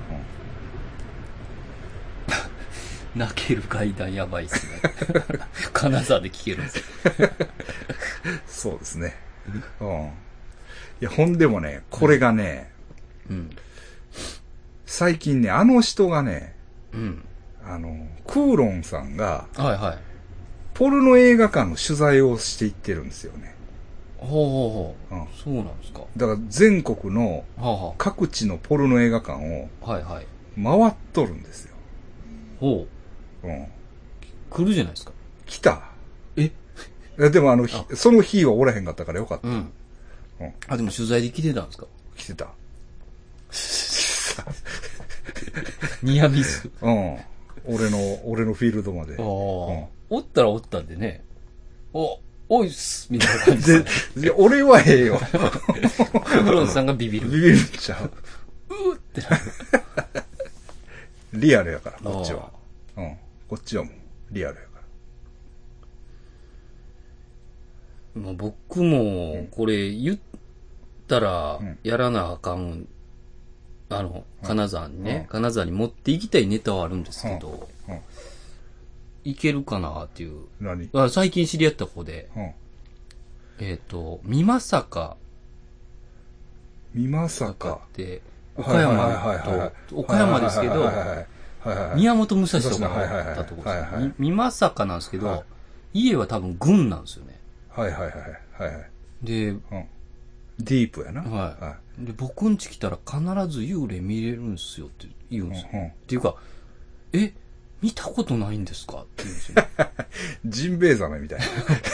うん。泣ける階段やばいっすね。金沢で聞けるんですよ。 そうですね。うん。いや、ほんでもね、これがね、うん、最近ね、あの人がね、うん、あの、クーロンさんが、 はいはい。 ポルノ映画館の取材をしていってるんですよね。 ほうほうほう。うん、そうなんですか。 だから全国の各地のポルノ映画館を回っとるんですよ。 ほう。うん。来るじゃないですか。 来た。 えでもあの、あその日はおらへんかったからよかった。うん。 うん、あ、でも取材で来てたんですか？ 来てた。 ニアミス。 うん。俺の、俺のフィールドまで。ああ、うん。 おったらおったんでね。お、おいっす、みたいな感じで。 で、俺はええよ。 クロンさんがビビる。 ビビるんちゃう。 うーってなる。 リアルやから、こっちは。うん。こっちはもう、リアルやから。 まあ、僕も、これ言ったら、やらなあかん、あの、金沢にね、うん、金沢に持っていきたいネタはあるんですけど、うんうん、いけるかなっていう。 何？ 最近知り合った子で、うん、えっ、ー、と、美作。 美作って、岡山と、岡山ですけど、宮本武蔵とかがおったところです。美作なんですけど、 家は多分軍なんですよね。 はいはいはいはいはい。 で、うん、 ディープやな。 はい。はい、で、僕ん家来たら必ず幽霊見れるんですよって言うんですよ。うんうん、っていうか、え、見たことないんですかって言うんですよ、ね。 ジンベエザメみたい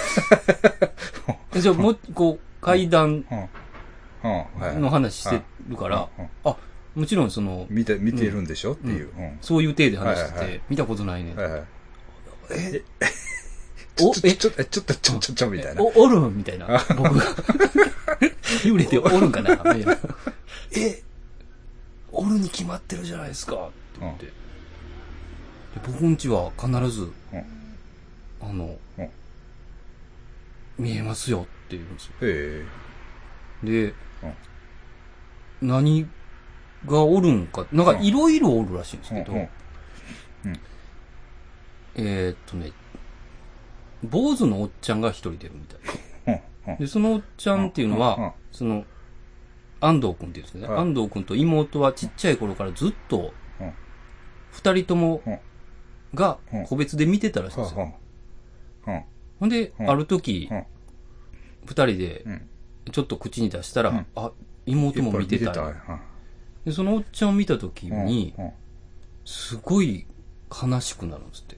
な。じゃあもう、こう、階段の話してるから、あ、もちろんその、 見て、見てるんでしょ、うん、っていう、 うん。そういう体で話してて、はいはいはい、見たことないね。はいはい、えちょ、ちょ、ちょ、ちょ、ちょ、ちょ、ちょ、ちょ、みたいな。 お、おるんみたいな。僕が。幽霊っておるんかなみたいな。え、おるに決まってるじゃないですかって言って。で僕んちは必ず、うん、あの、うん、見えますよって言うんですよ。へで、うん、何がおるんか、なんかいろいろおるらしいんですけど、うんうんうん、えー、っとね、坊主のおっちゃんが一人出るみたいな。で、そのおっちゃんっていうのは、その、安藤くんっていうんですね。安藤くんと妹はちっちゃい頃からずっと、二人ともが個別で見てたらしいんですよ。ほんで、ある時、二人でちょっと口に出したら、あ、妹も見てたい。で、そのおっちゃんを見た時に、すごい悲しくなるんですって。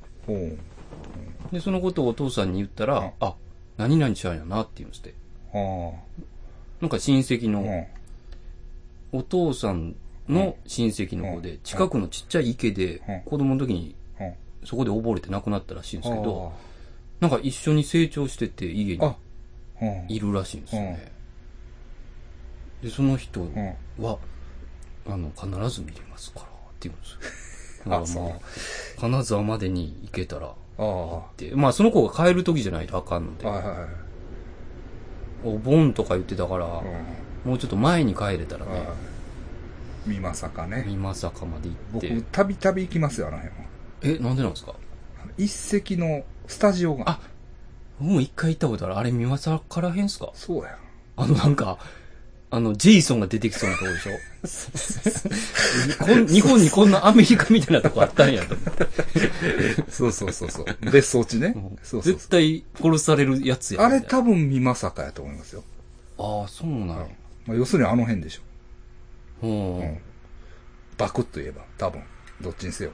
で、そのことをお父さんに言ったら、あ、何々ちゃんやなって言うんですって。なんか親戚の、お父さんの親戚の子で、近くのちっちゃい池で、子供の時に、そこで溺れて亡くなったらしいんですけど、なんか一緒に成長してて家にいるらしいんですよね。で、その人は、あの、必ず見れますからって言うんですよ。だからまあ、金沢までに行けたら、行って、まあその子が帰る時じゃないとあかんので、お盆とか言ってたから、もうちょっと前に帰れたらね。 美作ね。 美作まで行って。 僕、たびたび行きますよ、あの辺は。 え、なんでなんですか？ 一石のスタジオが。 あ、僕も一回行ったことある。あれ美作からへんすか？ そうや。 あのなんか、あの、ジェイソンが出てきそうなとこでしょ日本にこんなアメリカみたいなとこあったんやと思って。 そうそうそうそう。別荘地ね。 うん、そうそうそう絶対殺されるやつや。 あれ多分美作やと思いますよ。 ああ、そうなの、 まあ、要するにあの辺でしょ。 うん。うん、 バクッと言えば、多分。どっちにせよ。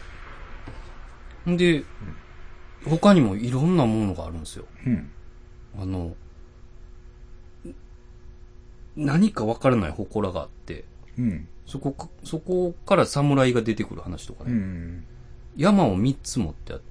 で、うん、他にもいろんなものがあるんですよ。 うん。 あの、何かわからない祠があって、 うん、 そこか、そこから侍が出てくる話とかね。うん、山を三つ持ってあって、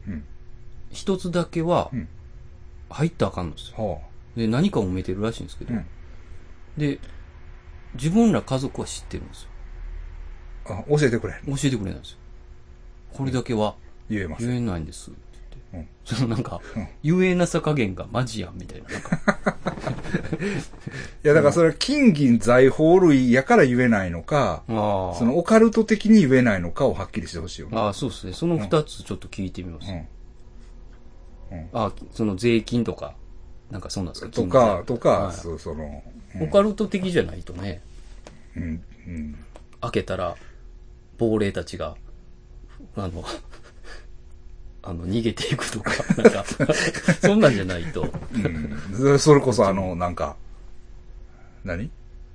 一、うん、つだけは入ったらあかんのですよ。はあ、で、何かを埋めてるらしいんですけど、うん、で、自分ら家族は知ってるんですよ。 あ、教えてくれ。 教えてくれないんですよ。これだけは言えます。 言えないんです。うん、そのなんか、うん、言えなさ加減がマジやんみたいな。なんかいやだからそれは金銀財宝類やから言えないのか、うん、そのオカルト的に言えないのかをはっきりしてほしいよね。 ああ、そうですね。その二つちょっと聞いてみます。うんうん、ああ、その税金とか、なんかそうなんですか？ とか、とか、はい、そう、その、 うん、オカルト的じゃないとね、 うん、うん。 開けたら、亡霊たちが、あの、あの、逃げていくとか、なんか、そんなんじゃないと。 うん。それこそあの、なんか、何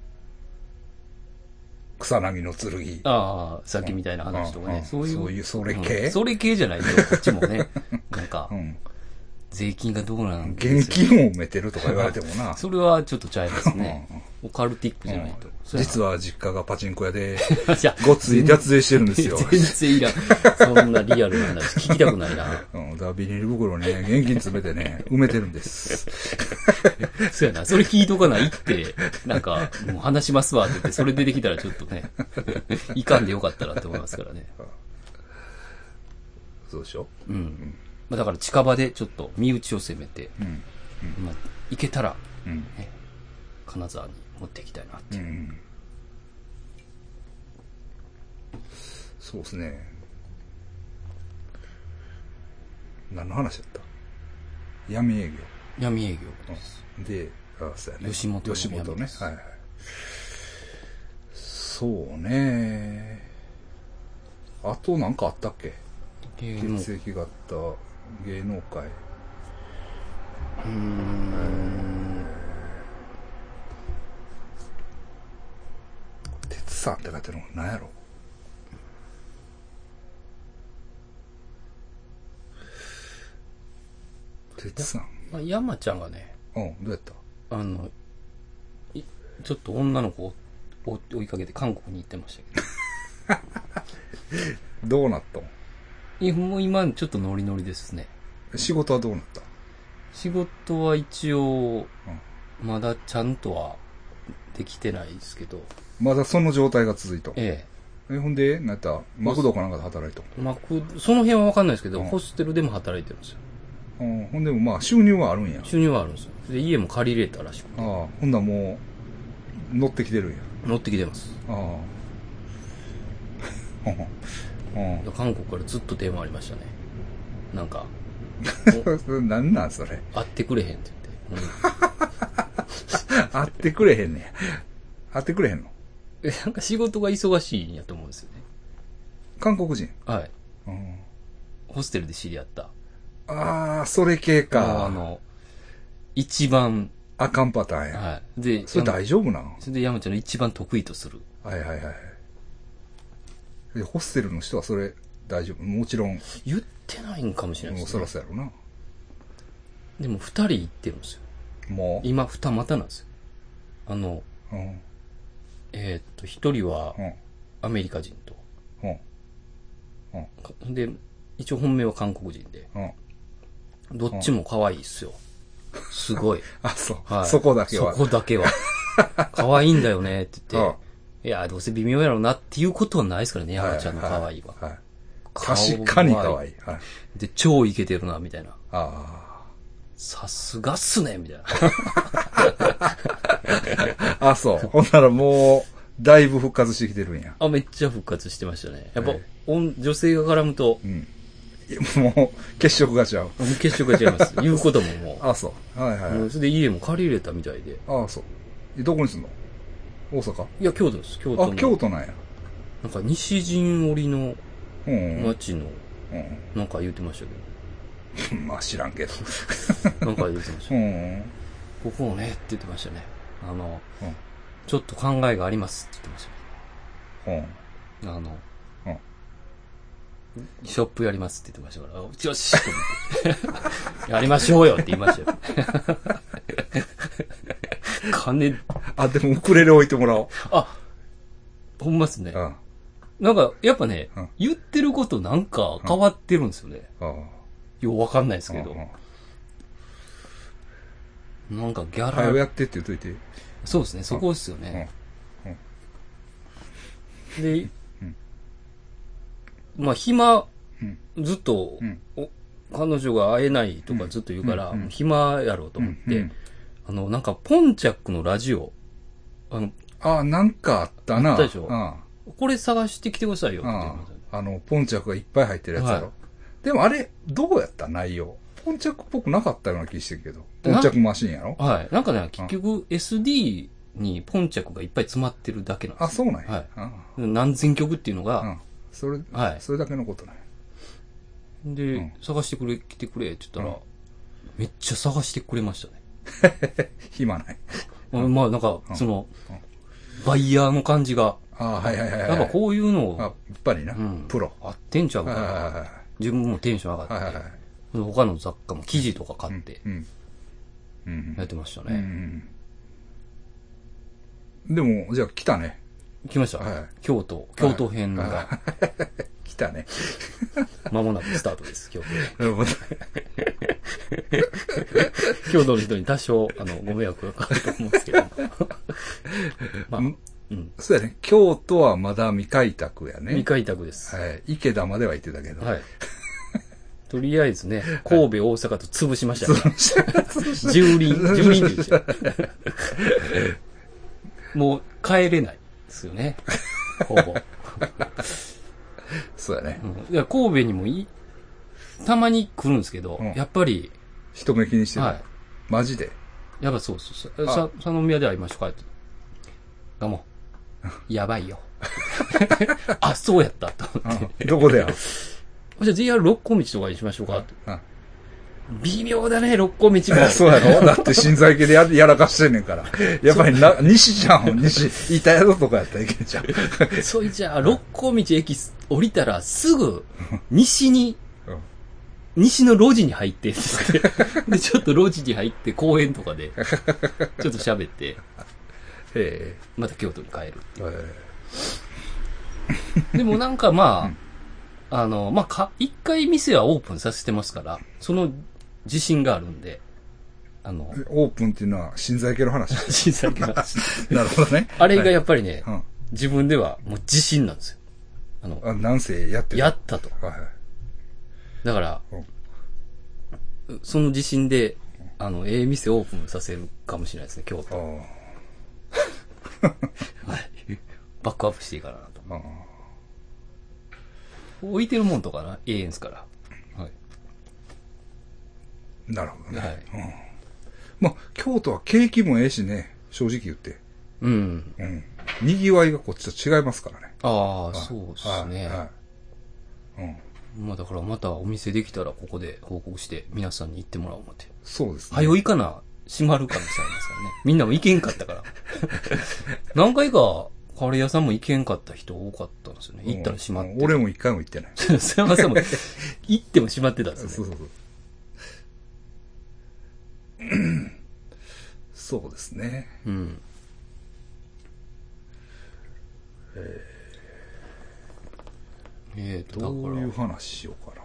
草薙の剣。 ああ、さっきみたいな話とかね。うん、そういう。 そういう、それ系、うん、 それ系じゃないと、こっちもね、なんか、うん、税金がどうなん現金を埋めてるとか言われてもな。 それはちょっとちゃいますね。オカルティックじゃないと。 うん、実は実家がパチンコ屋で、ごっつい脱税してるんですよ。 全然いらん。そんなリアルな話聞きたくないな。 うん、だからビニール袋ね、現金詰めてね、埋めてるんです。 そうやな、それ聞いとかないって、なんか、もう話しますわって言って、それ出てきたらちょっとね、いかんでよかったなって思いますからね。 そうでしょ？ うん。うんまあ、だから近場でちょっと身内を攻めて、うんうんまあ、行けたら、うんね、金沢に持っていきたいなっていう、うん、 そうですね。何の話だった？闇営業。 闇営業です。 で、あ、そうやね。 吉本の吉本ね。はいはい。そうね。あとなんかあったっけ？血液型、芸能界。 うーん。 鉄さんって書いてるの何やろ。鉄さん。 まあ、山ちゃんがね、 うん、どうやった？ あの、いちょっと女の子を追追いかけて韓国に行ってましたけど。 どうなったん？ いやもう今ちょっとノリノリですね。 仕事はどうなった？ 仕事は一応、まだちゃんとはできてないですけど。 まだその状態が続いた。 ええ。え、ほんで、なんやった？マクドかなんかで働いた。 マク、その辺はわかんないですけど、 うんホステルでも働いてるんですよ。 うん、ほんでもまあ収入はあるんや。 収入はあるんですよ。で、家も借りれたらしくて。 ああ、ほんならもう、乗ってきてるんや。 乗ってきてます。 ああ。うん。 韓国からずっと電話ありましたね。なんか、 なんなんそれ。 会ってくれへんって言って。 会ってくれへんねん。会ってくれへんの？ え、なんか仕事が忙しいんやと思うんですよね。 韓国人？ はい。 うん、 ホステルで知り合った。 ああ、それ系か。 あの、一番。 あかんパターンや。 はい。で、 それ大丈夫なの？ それで山ちゃんの一番得意とする。 はいはいはい。で、ホステルの人はそれ大丈夫？もちろん。 言ってないんかもしれないですね。 もうそらそうやろな。 でも二人行ってるんですよ。 もう今二股なんですよ。あの、 うん、 えー、っと、一人はアメリカ人と。 うんうん、で、一応本命は韓国人で。うん、どっちも可愛いっすよ。すごい。 あ、そう、 はい。 そこだけは。 そこだけは。可愛いんだよねって言って。いや、どうせ微妙やろうなっていうことはないですからね、山ちゃんの可愛いは。はいはい、 確かに可愛い。はい、 で、超イケてるな、みたいな。ああ。 さすがっすね、みたいな。 あ、そう。ほんならもう、だいぶ復活してきてるんや。 あ、めっちゃ復活してましたね。やっぱ、はい、女性が絡むと、うん、 もう、血色が違う。 血色が違います。言うことももう。 あ、そう。はいはい、はい。 それで家も借りれたみたいで。 あ、そう。どこに住んの？大阪？ いや、京都です。京都の。 あ、京都なんや。 なんか西陣織の町の、なんか言ってましたけど。 まあ知らんけど。 なんか言ってました。ここをねって言ってましたね。あの、うん、ちょっと考えがありますって言ってましたね。うん、あの、うん、ショップやりますって言ってましたから、よしと思ってやりましょうよって言いましたよ。金。 あ、でもウクレレ置いてもらおう。 あ、ほんまっすね。 うん、 なんか、やっぱね、うん、言ってることなんか変わってるんですよね。うん、ようわかんないですけど。うんうん、なんかギャラ。 早くやってって言っといて。 そうですね、そこですよね。うんうん、で、うん、まあ暇、うん、ずっと、うん、彼女が会えないとかずっと言うから、うんうん、暇やろうと思って、うんうん、あの、なんかポンチャックのラジオ、あの、 あ、なんかあったな。 あったでしょ。ああ、これ探してきてくださいよって。 ああ、あの、ポンチャックがいっぱい入ってるやつやろ。はい、でもあれ、どうやった内容？ポンチャックっぽくなかったような気してるけど。ポンチャックマシンやろ？ はい。なんかね、結局 エスディー にポンチャックがいっぱい詰まってるだけなんですよ。 あ、そうなんや。 はい。何千曲っていうのが、うん、 それ、はい。それだけのことない。 で、うん、探してくれ、来てくれって言ったら、うん、めっちゃ探してくれましたね。暇ない。 まあなんか、その、うんうん、バイヤーの感じが、 ああ、はいはいはい。 やっぱこういうのを、 あ、やっぱりな、うん、プロ。 合ってんちゃうかな。はいはいはい、自分もテンション上がって、はいはいはい、他の雑貨も記事とか買って、やってましたね。うんうん、でも、じゃあ来たね。 来ました。はい、京都、京都編が。はい、 来たね。 間もなくスタートです、京都編。京都の人に多少、あの、ご迷惑がかかると思うんですけど。 まあ、うん、そうやね。京都はまだ未開拓やね。 未開拓です。 はい。池田までは行ってたけど。はい。 とりあえずね、神戸、大阪と潰しましたね。蹂躙、蹂躙って言っちゃう。もう帰れないですよね。ほぼ。 そうやね。 うん、いや神戸にもいたまに来るんですけど、うん、やっぱり。 人目気にしてる。はい。マジで。 やっぱそうそうそう。さ、佐野宮で会いましょうかって。がもう、やばいよ。あ、そうやったと思って。 どこでやじゃあ ジェイアール 六甲道とかにしましょうかって。 微妙だね、六甲道も。 そうやろだって心臓系で や, やらかしてんねんから。やっぱりな、西じゃん、西。板宿とかやったらいけんじゃん。 そいじゃあ、六甲道駅降りたらすぐ、西に、うん、西の路地に入って、で、ちょっと路地に入って公園とかで、ちょっと喋って、えー、また京都に帰る。えー、でもなんかまあ、うんあの、まあ、か、一回店はオープンさせてますから、その自信があるんで、あの、 オープンっていうのは、心臓系の話。 心臓系の話。 なるほどね。 あれがやっぱりね、はい、自分ではもう自信なんですよ。あの、 あなんせやってる。 やったと。はい、だから、うん、その自信で、あの、ええ店オープンさせるかもしれないですね、京都。はい。バックアップしていいかなと。あ置いてるもんとかな、ええんすから。はい。 なるほどね。はい。うん、まあ、京都は景気もええしね、正直言って。うん。うん。賑わいがこっちと違いますからね。 ああ、そうですね。はい。はい、うん。まあだからまたお店できたらここで報告して皆さんに行ってもらおう思って。 そうですね。 はよいかな、閉まるかもしれないですからね。みんなも行けんかったから。何回か、カレー屋さんも行けんかった人多かったんですよね。行ったら閉まって、うん。 俺も一回も行ってない。 すいませんも行っても閉まってたんですよね。そうそうそう。 そうですね。うん。えー、えーと、どういう話しようか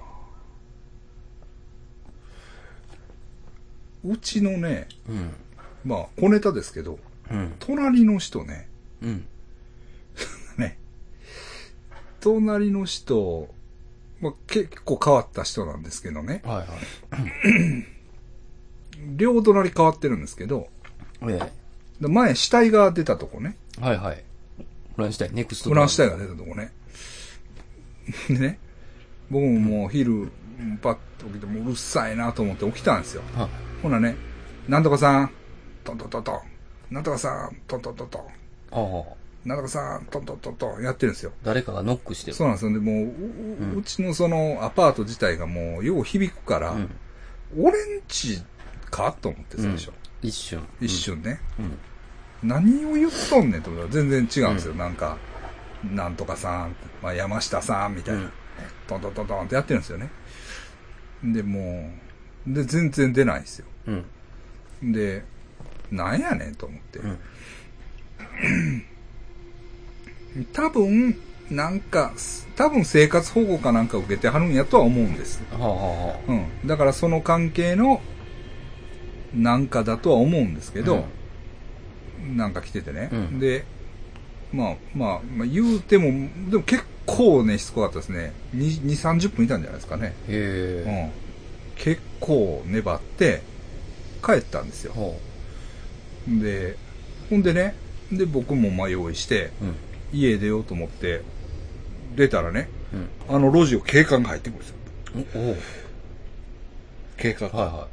な。うちのね、うん、まあ、小ネタですけど、うん、隣の人ね、うん、ね、隣の人、まあ、結構変わった人なんですけどね。はいはい。両隣変わってるんですけど、ええ、前死体が出たとこね。 はいはい。フラン死体、ネクスト。 フラン死体が出たとこね。でね、僕ももう昼、パッと起きてもうるさいなと思って起きたんですよ。はい、ほなね、なんとかさん、トントントントン。なんとかさん、トントントントン。ああ。なんとかさん、トントントントンやってるんですよ。 誰かがノックしてる。 そうなんですよ。で、もう、う、うん、うちのそのアパート自体がもう、よう響くから、うん、俺んちかと思って最初、うん。 一瞬。 一瞬ね。うん、何を言っとんねんと思ったら全然違うんですよ。うん、なんか、なんとかさん、まあ、山下さんみたいな、うん、トントントントンってやってるんですよね。で、もう、で、全然出ないんですよ。うん、で、なんやねんと思って。うん多分、なんか、多分生活保護かなんか受けてはるんやとは思うんです。はあはあ、うん。だからその関係の、なんかだとは思うんですけど、うん、なんか来ててね。うん、で、まあ、まあ、まあ、言うても、でも結構ね、しつこかったですね。に、さんじゅっぷんいたんじゃないですかね。へうん。結構粘って、帰ったんですよ。はあ、で、ほんでね、で、僕もまあ用意して、うん家出ようと思って出たらね、うん、あの路地を警官が入ってくるんですよ。おお警官が、はいはい、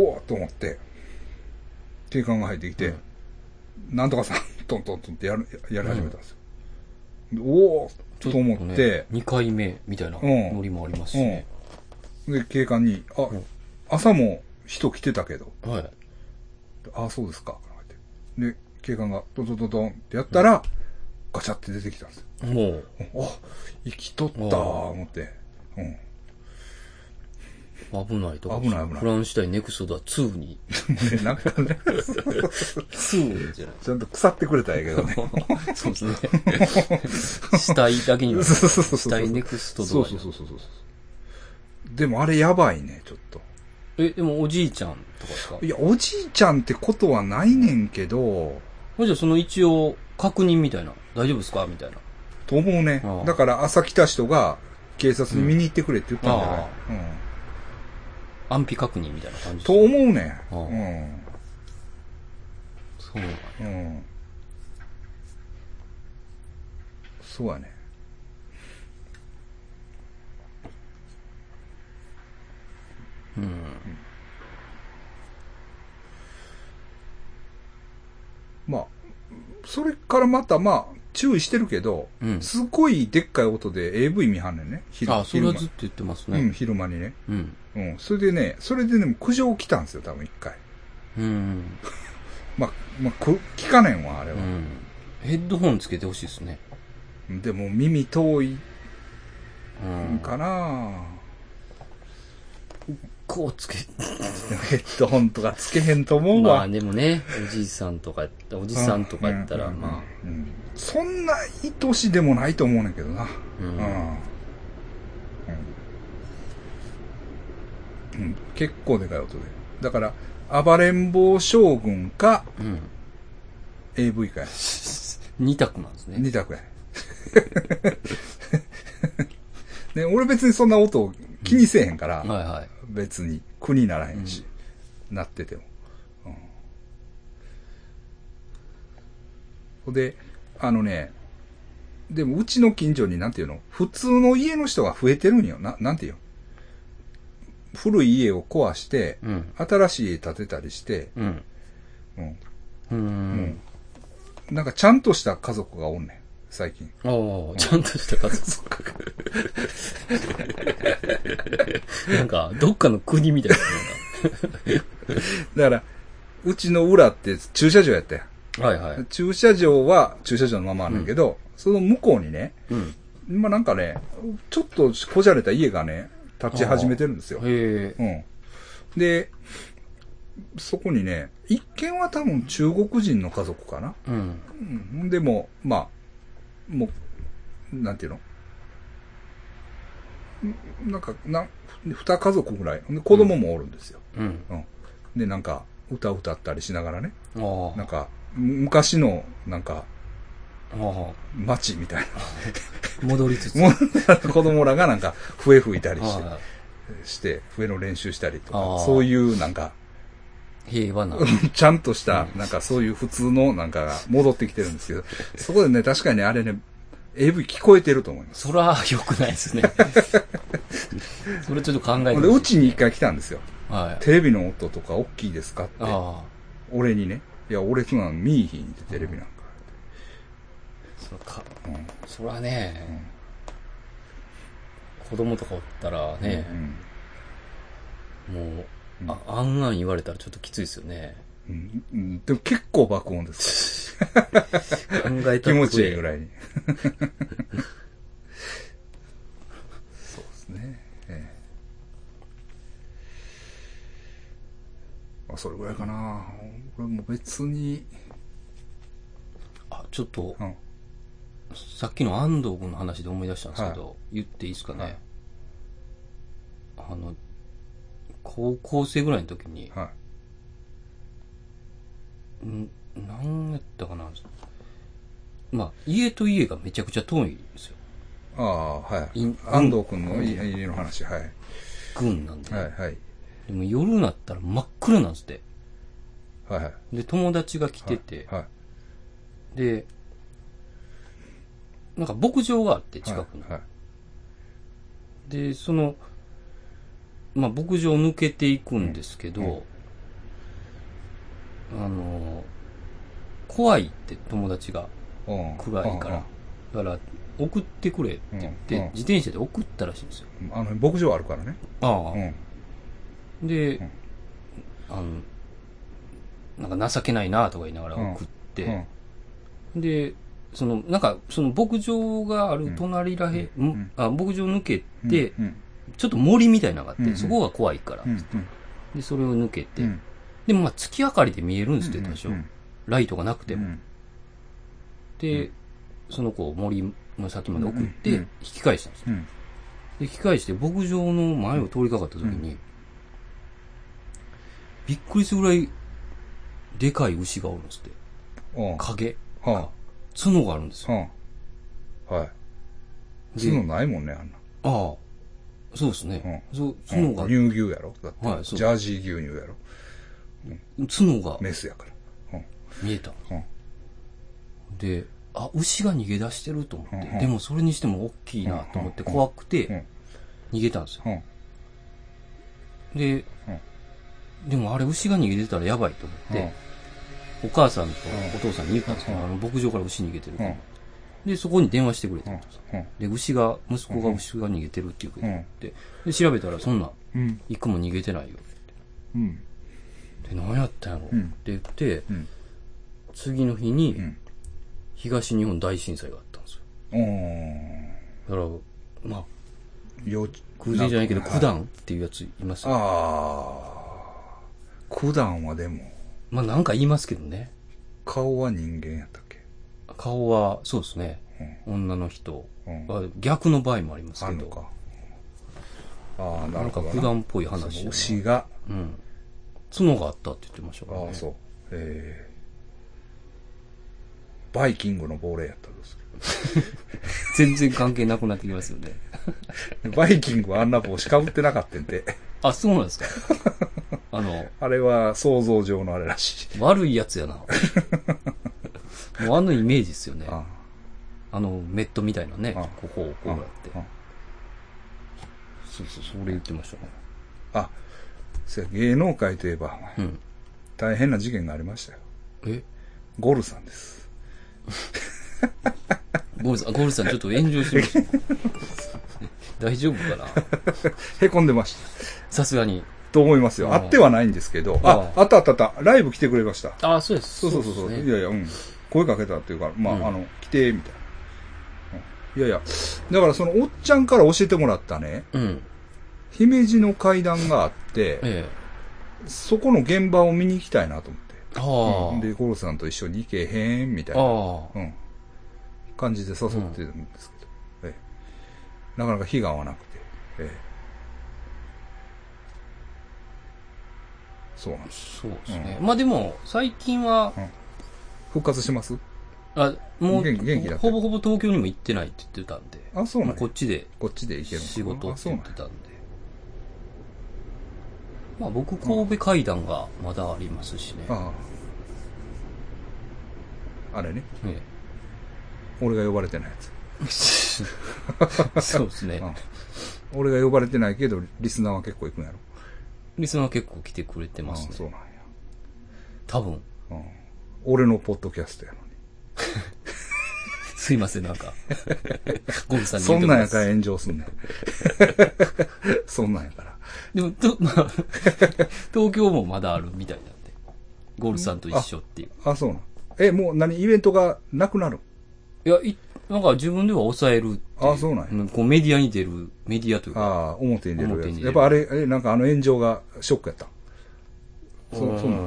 おおと思って警官が入ってきて、うん、なんとかさんトントントンってやるやり始めたんですよ。うん、おおと思って、ね、 にかいめみたいなノリもありますしね。 うん、で警官にあ、うん、朝も人来てたけど、はい、あそうですかで警官がトントントントンってやったら、うんガチャって出てきたんですよ。もう。あ、生きとったー、思って。うん。 危ないと。 危ない危ない。 フランシュタインネクストだツーに。ね、なんかね。ツーじゃない。 ちゃんと腐ってくれたんやけどね。 そうですね。死体だけには。死体ネクストドア。そうそうそうそう。 でもあれやばいね、ちょっと。 え、でもおじいちゃんとかですか？ いや、おじいちゃんってことはないねんけど。 じゃあその一応、確認みたいな。大丈夫ですかみたいな。 と思うね。ああだから朝来た人が警察に見に行ってくれって言ったんじゃない、うん、 安否確認みたいな感じと思うね。ああうん。 そうなんや。うん。 そうやね。うん。うん、まあ、それからまたまあ、 注意してるけど、うん、すごいでっかい音で エーブイ 見はんねんね。 昼あ、それはずっと言ってますね。 うん、昼間にね。 うん。 うん。それでね、それでね、苦情来たんですよ、多分一回。 うん。 まあ、まあ、聞かねんわ、あれは。うん。 ヘッドホンつけてほしいですね。 でも耳遠い、んかな、 うん、こうつけ、 ヘッドホンとかつけへんと思うわ。 まあでもね、おじいさんとか、おじさんとかやったら、うん、まあ、 うん。そんな愛しでもないと思うねんけどな。うん。うん。うん、結構でかい音で。だから、暴れん坊将軍か、うん、エーブイ かや。 二択なんですね。 二択や。ね、俺別にそんな音気にせえへんから、うん、はいはい、別に苦にならへんし、うん、なってても。うん、で、あのね、でもうちの近所になんていうの普通の家の人が増えてるんよ。な、なんていうの古い家を壊して、うん、新しい家建てたりして、うん。うん。うん。うん。なんかちゃんとした家族がおんねん、最近。 ああ、うん、ちゃんとした家族。なんか、どっかの国みたいな。 だから、うちの裏って駐車場やったやん。 はいはい。 駐車場は駐車場のままなんだけど、うん、その向こうにね、うん、まあなんかね、ちょっとこじゃれた家がね、立ち始めてるんですよ。へうん。で、そこにね、一見は多分中国人の家族かな。うん。うん、でも、まあ、もう、なんていうのなんか、な、二家族ぐらい。子供もおるんですよ。うん。うん。で、なんか、歌歌ったりしながらね。あなんか、昔の、なんか、街みたいな。戻りつつ。 子供らがなんか、笛吹いたりして、して、笛の練習したりとか、そういうなんか、 平和な。 ちゃんとした、なんかそういう普通のなんかが戻ってきてるんですけど、そこでね、確かにね、あれね、エーブイ 聞こえてると思います。 そら、良くないですね。それちょっと考えてで、うちに一回来たんですよ。 はい。 テレビの音とか大きいですかって。あ俺にね。いや、俺そんなの見いひんってテレビなんか。 そらか、うん、そらね、うん、子供とかおったらね、うんうん、もう、うん、あ、あんあん言われたらちょっときついですよね。 うんうん、でも結構爆音です。考えた気持ちいいぐらいに。そうですね。ええ、まあ、それぐらいかな。これも別に。 あ、ちょっと、うん、さっきの安藤君の話で思い出したんですけど、はい、言っていいですかね。はい、あの、高校生ぐらいの時に、はい、ん、何やったかな。まあ、家と家がめちゃくちゃ遠いんですよ。 ああ、はい。安藤君の家の話、はい。 軍なんで、ね。 はい、はい。 でも夜になったら真っ暗なんですって。 はい、はい。 で、友達が来てて、はい、はい。で、なんか牧場があって近くに。はいはい、で、その、まあ牧場を抜けていくんですけど、うんうん、あの、怖いって友達が暗いから、だから送ってくれって言って、うんうん、自転車で送ったらしいんですよ。 あの、牧場あるからね。 ああ。うん、で、うん、あの、なんか情けないなとか言いながら送って、うんうん、で、その、なんか、その牧場がある隣らへん、うん、あ牧場抜けて、うん、ちょっと森みたいなのがあって、うん、そこが怖いから、うん、で、それを抜けて、うん、でもまあ月明かりで見えるんですって、多少。ライトがなくても。うん、で、その子を森の先まで送って、引き返したんですよ。うん、で、引き返して牧場の前を通りかかった時に、びっくりするぐらい、でかい牛がおるんですって。影。はあ、角があるんですよ。 はあ、はい。角ないもんね、あんな。 ああ。そうですね。うん、そう、角が。 乳牛やろだって、はい、ジャージー牛乳やろ、 うん、角が。 メスやから。 うん、見えた。うん、で、あ、牛が逃げ出してると思って、うん、でもそれにしても大きいなと思って怖くて、逃げたんですよ。うん、で、うん、でもあれ牛が逃げてたらやばいと思って、うん、お母さんとお父さんに言ったんですけど、うん、あの牧場から牛逃げてると思って。 で、そこに電話してくれたんですよ。で、牛が、息子が牛が逃げてるっていうことで、で、調べたらそんな、一個も逃げてないよって。うん、で、何やったんやろ、うん、って言って、うん、次の日に、東日本大震災があったんですよ。だから、まあ、偶然じゃないけど、九段っていうやついますよね。 ああ。九段はでも。 まあなんか言いますけどね。 顔は人間やったっけ？ 顔は、そうですね。うん、女の人、うん。逆の場合もありますけど。あるのか。 ああ、なるほど。 なんか九段っぽい話。 牛が。 うん。角があったって言ってましたからね。 ああ、そう。ええー。バイキングの亡霊やったんです全然関係なくなってきますよね。 バイキングはあんな帽子かぶってなかったんで。 あ、そうなんですか。あの、 あれは想像上のあれらしい。 悪いやつやな。もうあのイメージですよね。あ, あの、メットみたいなね。ここをこうやって。そうそう、それ言ってましたね。 あ、芸能界といえば、うん、大変な事件がありましたよ。 え？ ゴルさんです。 ゴールさん、ゴールさんちょっと炎上しました。大丈夫かな？ へこんでました。 さすがに。 と思いますよ。あってはないんですけど。あ、あったあったあった。ライブ来てくれました。 あ、そうです。 そうそうそうそう、ね。いやいや、うん。声かけたっていうか、まあ、うん、あの、来て、みたいな、うん。いやいや、だからそのおっちゃんから教えてもらったね、うん、姫路の階段があって、ええ、そこの現場を見に行きたいなと思って。あうん、で、ゴルさんと一緒に行けへん、みたいな。うん。感じで誘ってるんですけど、うんええ、なかなか日が合わなくて、ええ、そうなんです。 そうですね。うん、まあでも最近は、うん、 復活します？ あ、もう元気元気だほぼほぼ東京にも行ってないって言ってたんで、 あ、そうなん、 こっちでこっちで行ける仕事って言ってたんで、まあ僕神戸階段がまだありますしね。ああ、あれね。ええ俺が呼ばれてないやつ。そうですね、うん。 俺が呼ばれてないけど、リスナーは結構行くんやろ。 リスナーは結構来てくれてますね。 ああそうなんや。 多分、 うん。俺のポッドキャストやのに。 すいません、なんか。ゴムさんに言うとそんなんやから炎上すんねん。そんなんやから。 でも、とまあ、東京もまだあるみたいなんで。ゴルさんと一緒っていう。 あ、あそうなん。え、もう何イベントがなくなる？ いや、い、なんか自分では抑えるっていう。 あ、そうなんや。 こうメディアに出る、メディアというか。 ああ、表に出るやつ。やっぱあれ、え、なんかあの炎上がショックやった。 そう、そうなん。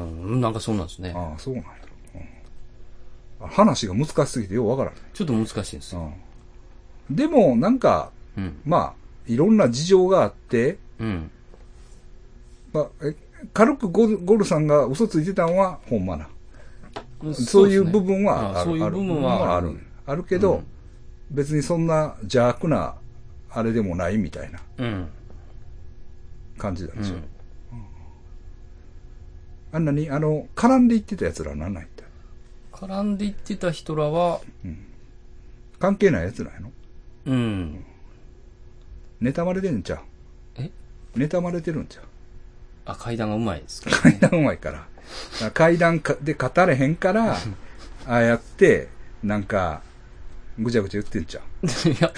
なんかそうなんですね。 ああ、そうなんや。うん、話が難しすぎてようわからん。 ちょっと難しいんですよ。 うん、でも、なんか、うん、まあ、いろんな事情があって、うん。まあ、え軽くゴル、ゴルさんが嘘ついてたのはほんまな。そういう部分はある。 そういう部分はある。 あるけど、うん、別にそんな邪悪なあれでもないみたいな感じなんでしょ。うんうん、あんなに、あの、絡んでいってた奴らは何なんやった？ 絡んでいってた人らは、うん、 関係ない奴らやの？ うん。 妬まれてんちゃう？ え？ 妬まれてるんちゃう？ あ、階段がうまいですか、 ね、階段うまいから。から階段で語れへんから、ああやって、なんか、ぐちゃぐちゃ言ってんちゃう。 いや、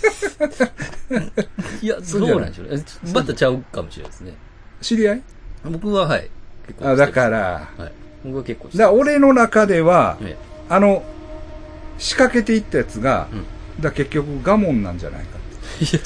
いや、そうなんでしょうね。またちゃうかもしれないですね。 知り合い？ 僕は、はい。 結構あ、だから、 はい。僕は結構だから俺の中では、ええ、あの、仕掛けていったやつが、うん、だ結局我門なんじゃないかって。 いや、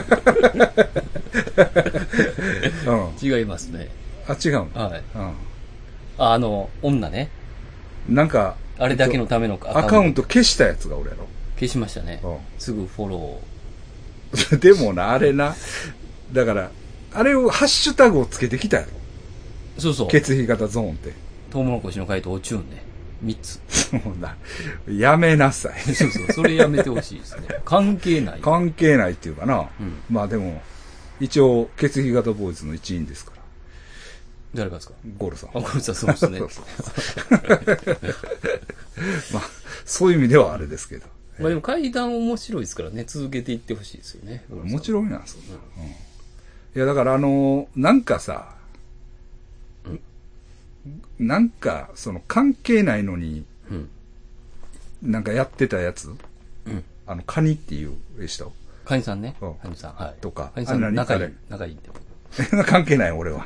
違う。うん、違いますね。 あ、違うの？ はい。うん。あ、あの、女ね。 なんか、 あれだけのためのアカウント。アカウント消したやつが俺やろ。 消しましたね。うん、すぐフォロー。でもな、あれな。だから、あれをハッシュタグをつけてきたやろ。 そうそう。 血液型ゾーンって。 トウモロコシの回答落ちるんね。みっつ。 そうだ。やめなさい。 そうそう。それやめてほしいですね。関係ない。 関係ないっていうかな。うん、まあでも、一応、血液型ボーイズの一員ですから。 誰がですか？ ゴールさん。 あ、ゴールさんそうですね。そうそうまあ、そういう意味ではあれですけど。 まあでも階段面白いですからね、続けていってほしいですよね。 もちろんなんですよ、うん。いや、だからあの、なんかさ、うん、なんか、その関係ないのに、うん、なんかやってたやつ、 あの、カニっていう人。 カニさんね。 うんカニさん。はい。 とか。 カニさん、 あ仲いい何、 仲いいんで。 関係ない、俺は。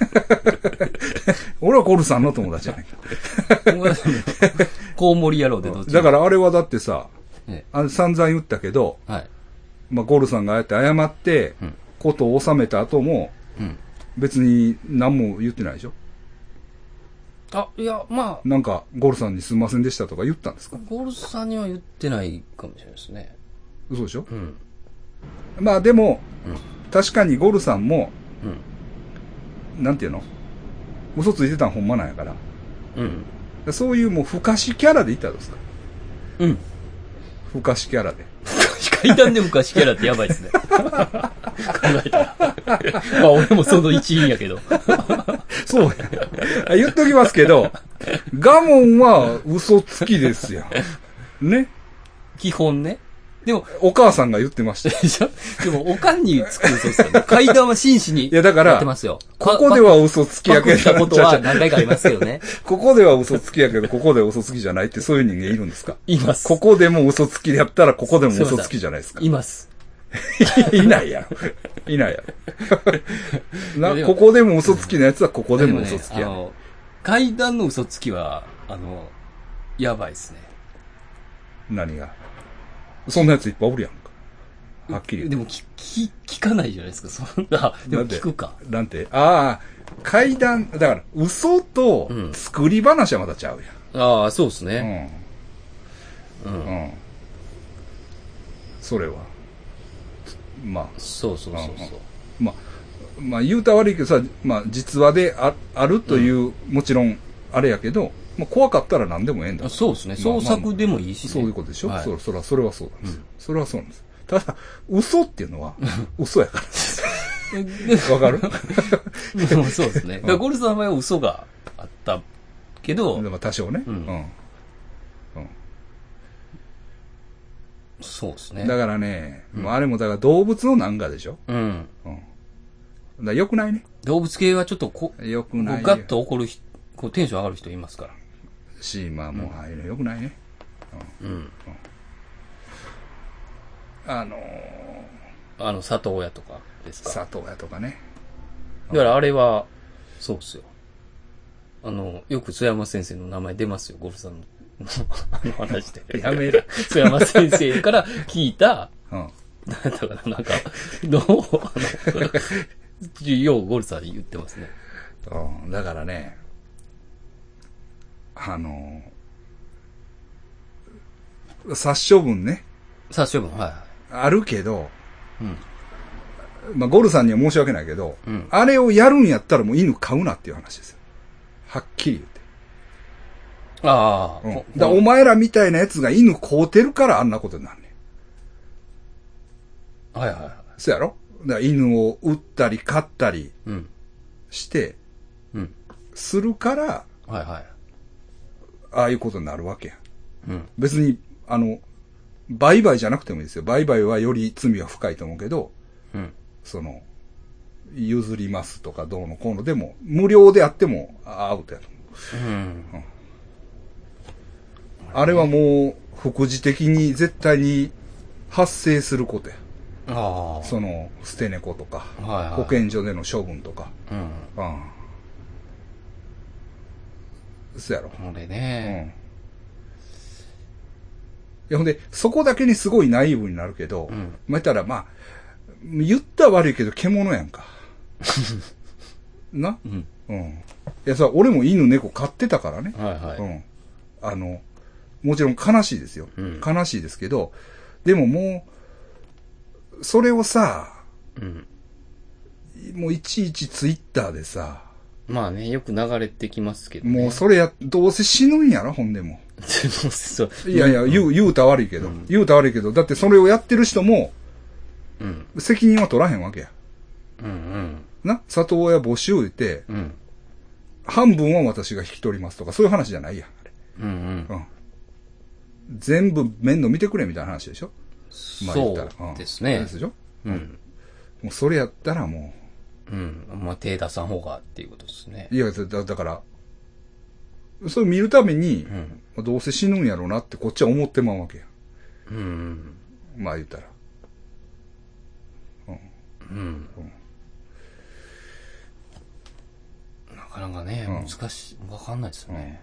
俺はゴルさんの友達じゃないか。 コウモリ野郎でどっちだからあれはだってさ、 ね、 あ散々言ったけど、 はい。 まあ、ゴルさんがああやって謝って、うん、ことを収めた後も、うん、別に何も言ってないでしょ。 あ、いや、まあ。 なんか、ゴルさんにすみませんでしたとか言ったんですか？ ゴルさんには言ってないかもしれないですね。 嘘でしょ？ うん。 まあでも、うん、確かにゴルさんも、 うん、 なんていうの？嘘ついてたんほんまなんやから。 うん。 そういうもう不可視キャラでいったらどうですか？ うん。 不可視キャラで。 階段で不可視キャラってやばいですね。考えたら。まあ俺もその一員やけど。 そうや。言っときますけど、ガモンは嘘つきですよ。ね。 基本ね。でも、 お母さんが言ってました。 でも、おかんにつく嘘ですよね。階段は真摯にやってますよ。 ここでは嘘つきやけど。 パクったことは何回かありますけどね。 ここでは嘘つきやけど、ここでは嘘つきじゃないってそういう人間いるんですか？ います。 ここでも嘘つきでやったら、ここでも嘘つきじゃないですか。 います。 いないやろ。いないやろ。な、ここでも嘘つきのやつはここでも嘘つきや、ね。あの、 階段の嘘つきは、あの、やばいですね。 何が？そんなやついっぱいおるやんか。はっきり。 でも聞、聞、聞かないじゃないですか。そんな、でも聞くか。 なんて、ああ、怪談、だから、嘘と作り話はまたちゃうやん。うん、ああ、そうですね。 うん。うん。うん。それは。まあ。 そうそうそうそう。 うん、まあ、まあ言うたら悪いけどさ、まあ実話で あ, あるという、うん、もちろん、あれやけど、まあ、怖かったら何でもええんだ。 そうですね。創作でもいいし、ね、 そういうことでしょ、はい、そ, それは、それはそうなんです、うん。それはそうなんです。ただ、嘘っていうのは、嘘やから。わかるそうですね。だからゴルさんの場合は嘘があったけど。 でも多少ね。 うん。うん。うん、そうですね。 だからね、うん、あれもだから動物のなんかでしょ。 うん。うん。 だから良くないね。 動物系はちょっとこ、 良くない。 ガッと怒る人、こうテンション上がる人いますから。 し、まあもう、ああいうの良くないね。 うん。うん。 あのー、あの、里親とかですか？ 里親とかね。 だからあれは、そうっすよ。あの、よく津山先生の名前出ますよ、ゴルフさんの。あの話で。 やめろ。 津山先生から聞いた、 うん。 なんだかな、なんか、どう、あの、ようゴルフさん言ってますね。 うん。だからね、あのー、殺処分ね。 殺処分、はい。 あるけど、 うん。 まあ、ゴルさんには申し訳ないけど、 うん、 あれをやるんやったらもう犬飼うなっていう話ですよ。はっきり言って。 ああ。 うん。だお前らみたいなやつが犬飼うてるからあんなことになんねん。はいはいはい。 そうやろ？だから犬を売ったり飼ったりして、 うん。 するから、 はいはい。 ああいうことになるわけや。 うん。 別に、あの、売買じゃなくてもいいですよ。売買はより罪は深いと思うけど、 うん。 その、譲りますとかどうのこうのでも、無料であってもアウトやと思う。 うん。うん、 あれはもう、副次的に絶対に発生することや。 ああ。 その、捨て猫とか、 はいはい、 保健所での処分とか。 うん。 うん。そうやろ。 ほんでね。 うん。いや、ほんで、そこだけにすごいナイーブになるけど、 うん、 まあ、言ったら、まあ、言ったら悪いけど、獣やんか。な、 うん、 うん。いやさ、俺も犬猫飼ってたからね。 はいはい。 うん。あの、もちろん悲しいですよ。 うん、 悲しいですけど、でももう、それをさ、 うん、 もういちいちツイッターでさ、 まあね、よく流れてきますけどね。 もうそれや、どうせ死ぬんやろ、ほんでも。 そういやいや、言う、言うた悪いけど、うん、言うた悪いけど、だってそれをやってる人も、 うん、 責任は取らへんわけや。 うんうん。 な、里親募集言って、 うん、 半分は私が引き取りますとか、そういう話じゃないやん、あれ。 うんうん。 うん。全部面倒見てくれみたいな話でしょ？ まあ言ったら。そうですね。 うん、ですでしょ？ うん。 もうそれやったらもう。うん。まあ手出さん方がっていうことですね。 いや、だ, だから、それ見るために、 うん、 どうせ死ぬんやろうなってこっちは思ってまうわけや。 うん。 まあ言ったら。 うん。うん。うん、なかなかね、うん、難しい、わかんないですよね。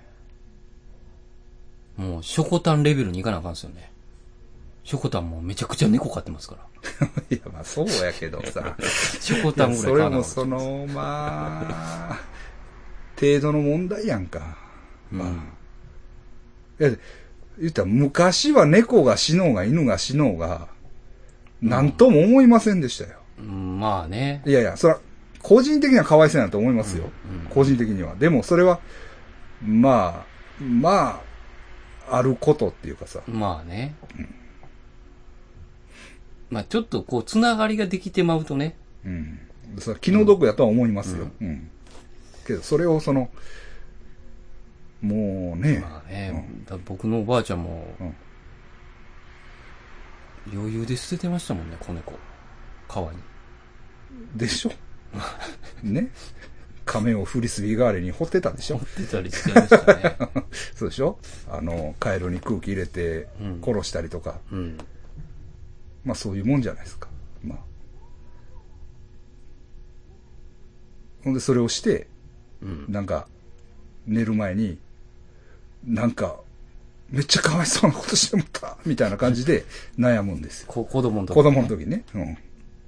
うん、もう、ショコタンレベルに行かなあかんですよね。ショコタンもめちゃくちゃ猫飼ってますから。 いや、まあそうやけどさ。 ショコタンぐらいそれもその、まあ、程度の問題やんか。まあ。うん、いや、言ったら昔は猫が死のうが犬が死のうが、なんとも思いませんでしたよ。 うん、まあね。 いやいや、それは、個人的にはかわいそうやと思いますよ。うんうん、個人的には。でもそれは、まあ、まあ、あることっていうかさ。 まあね。うん、まあちょっとこう、つながりができてまうとね。 うん。それは気の毒やとは思いますよ。うん。うん、けど、それをその、もうね。 まあね、うん、だ僕のおばあちゃんも、うん、余裕で捨ててましたもんね、子猫。川に。 でしょね。亀をフリスビー代わりに掘ってたでしょ。 掘ってたりしてましたね。 そうでしょ。あの、カエルに空気入れて殺したりとか。うんうん、まあそういうもんじゃないですか。まあ。ほんでそれをして、うん、なんか、寝る前に、なんか、めっちゃかわいそうなことしてもったみたいな感じで悩むんですよ。 子供の時、 ね。子供の時ね。うん。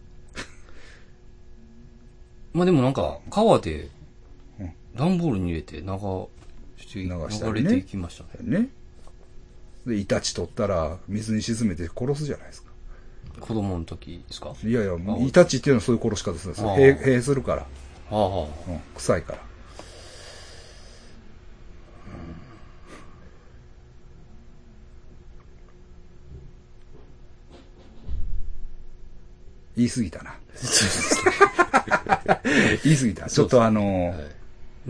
まあでもなんか、川で、段ボールに入れて流して、流れていきましたね。 ね。で、イタチ取ったら水に沈めて殺すじゃないですか。 子供の時ですか？ いやいや、イタチっていうのはそういう殺し方するんですよ。閉閉するから。 はあはあうん。臭いから。言い過ぎたな。言い過ぎた。ちょっとあの、はい、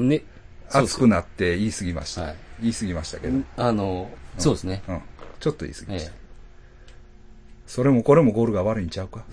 ね、熱くなって言い過ぎました。はい、言い過ぎましたけど。 あの、うん、そうですね、 うん。ちょっと言い過ぎました。ええ、それもこれもゴールが悪いんちゃうか。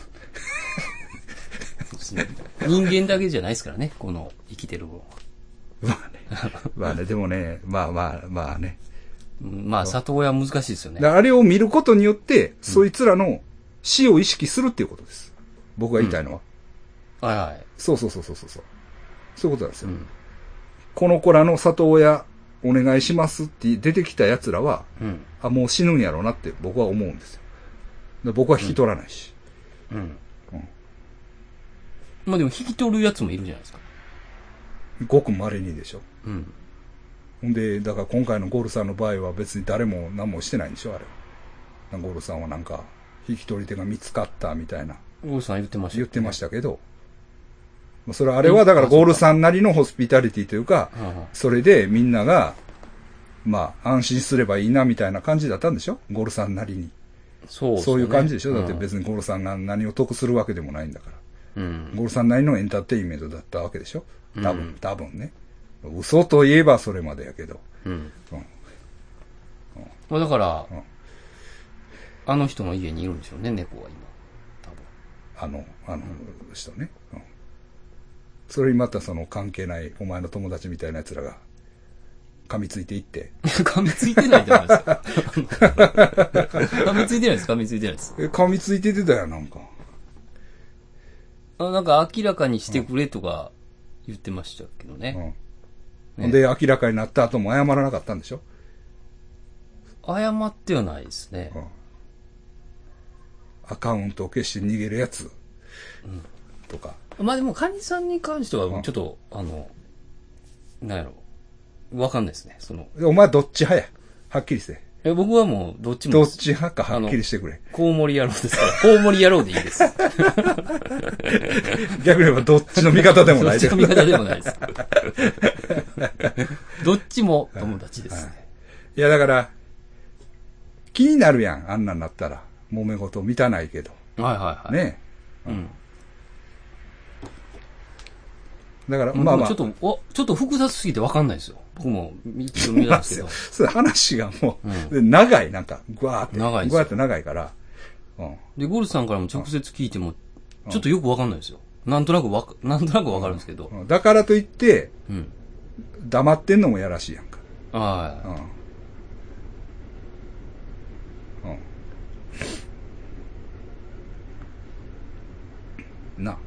そうですね。人間だけじゃないですからね、この生きてる分。 まあね。まあね、でもね、まあまあまあね。 まあ里親は難しいですよね。 あれを見ることによって、そいつらの死を意識するっていうことです。僕が言いたいのは。 うん、はいはい。 そうそうそうそうそう。そういうことなんですよ。うん、この子らの里親お願いしますって出てきた奴らは、うん、あ、もう死ぬんやろうなって僕は思うんですよ。で僕は引き取らないし。うん。うん。うん、 まあでも引き取る奴もいるじゃないですか。 ごく稀にでしょ。うん。ほんで、だから今回のゴールさんの場合は別に誰も何もしてないんでしょ、あれは。ゴールさんはなんか、引き取り手が見つかったみたいな。 ゴールさん言ってました、 ね、言ってましたけど、それはあれはだからゴールさんなりのホスピタリティというか、それでみんなが、まあ安心すればいいなみたいな感じだったんでしょ、ゴールさんなりに。そうですね。そういう感じでしょ、だって別にゴールさんが何を得するわけでもないんだから。うん、ゴールさんなりのエンターテインメントだったわけでしょ、多分、うん、多分ね。嘘といえばそれまでやけど。うん。うん。 うん、だから、うん、あの人の家にいるんでしょうね、猫は今。 多分。あの、あの人ね。うん。それにまたその関係ないお前の友達みたいな奴らが噛みついていって。 噛みついてないじゃないですか。噛みついてないです、噛みついてないです。 え、噛みついててたよ、なんか。 あ、なんか明らかにしてくれとか言ってましたけどね。うん。 ね、で、明らかになった後も謝らなかったんでしょ？ 謝ってはないですね。うん、 アカウントを消して逃げるやつ。うん。とか。 まあでも、カニさんに関しては、ちょっと、うん、あの、なんやろ。わかんないですね。その。 お前どっち派や。はっきりして。 え、僕はもう、どっちも。 どっち派かはっきりしてくれ。 コウモリ野郎ですから。コウモリ野郎でいいです。 逆に言えばどっちの味方でもないです。どっちの味方でもないです。どっちも友達です、ね。はいはい、 いやだから、気になるやん。あんなんなったら。揉め事満たないけど。 はいはいはい。 ねえ。うん。だから、 まあまあ。ちょっと、お、ちょっと複雑すぎて分かんないですよ。僕も一応見たんですけど。 それ話がもう、うん、長い、なんか、ぐわーって。 長いです。 ぐわーって長いから。 うん。で、ゴルさんからも直接聞いても、ちょっとよく分かんないですよ。なんとなくわか、なんとなく分かるんですけど。 うん、だからといって、うん。黙ってんのもやらしいやんか。 はい。うん。 な。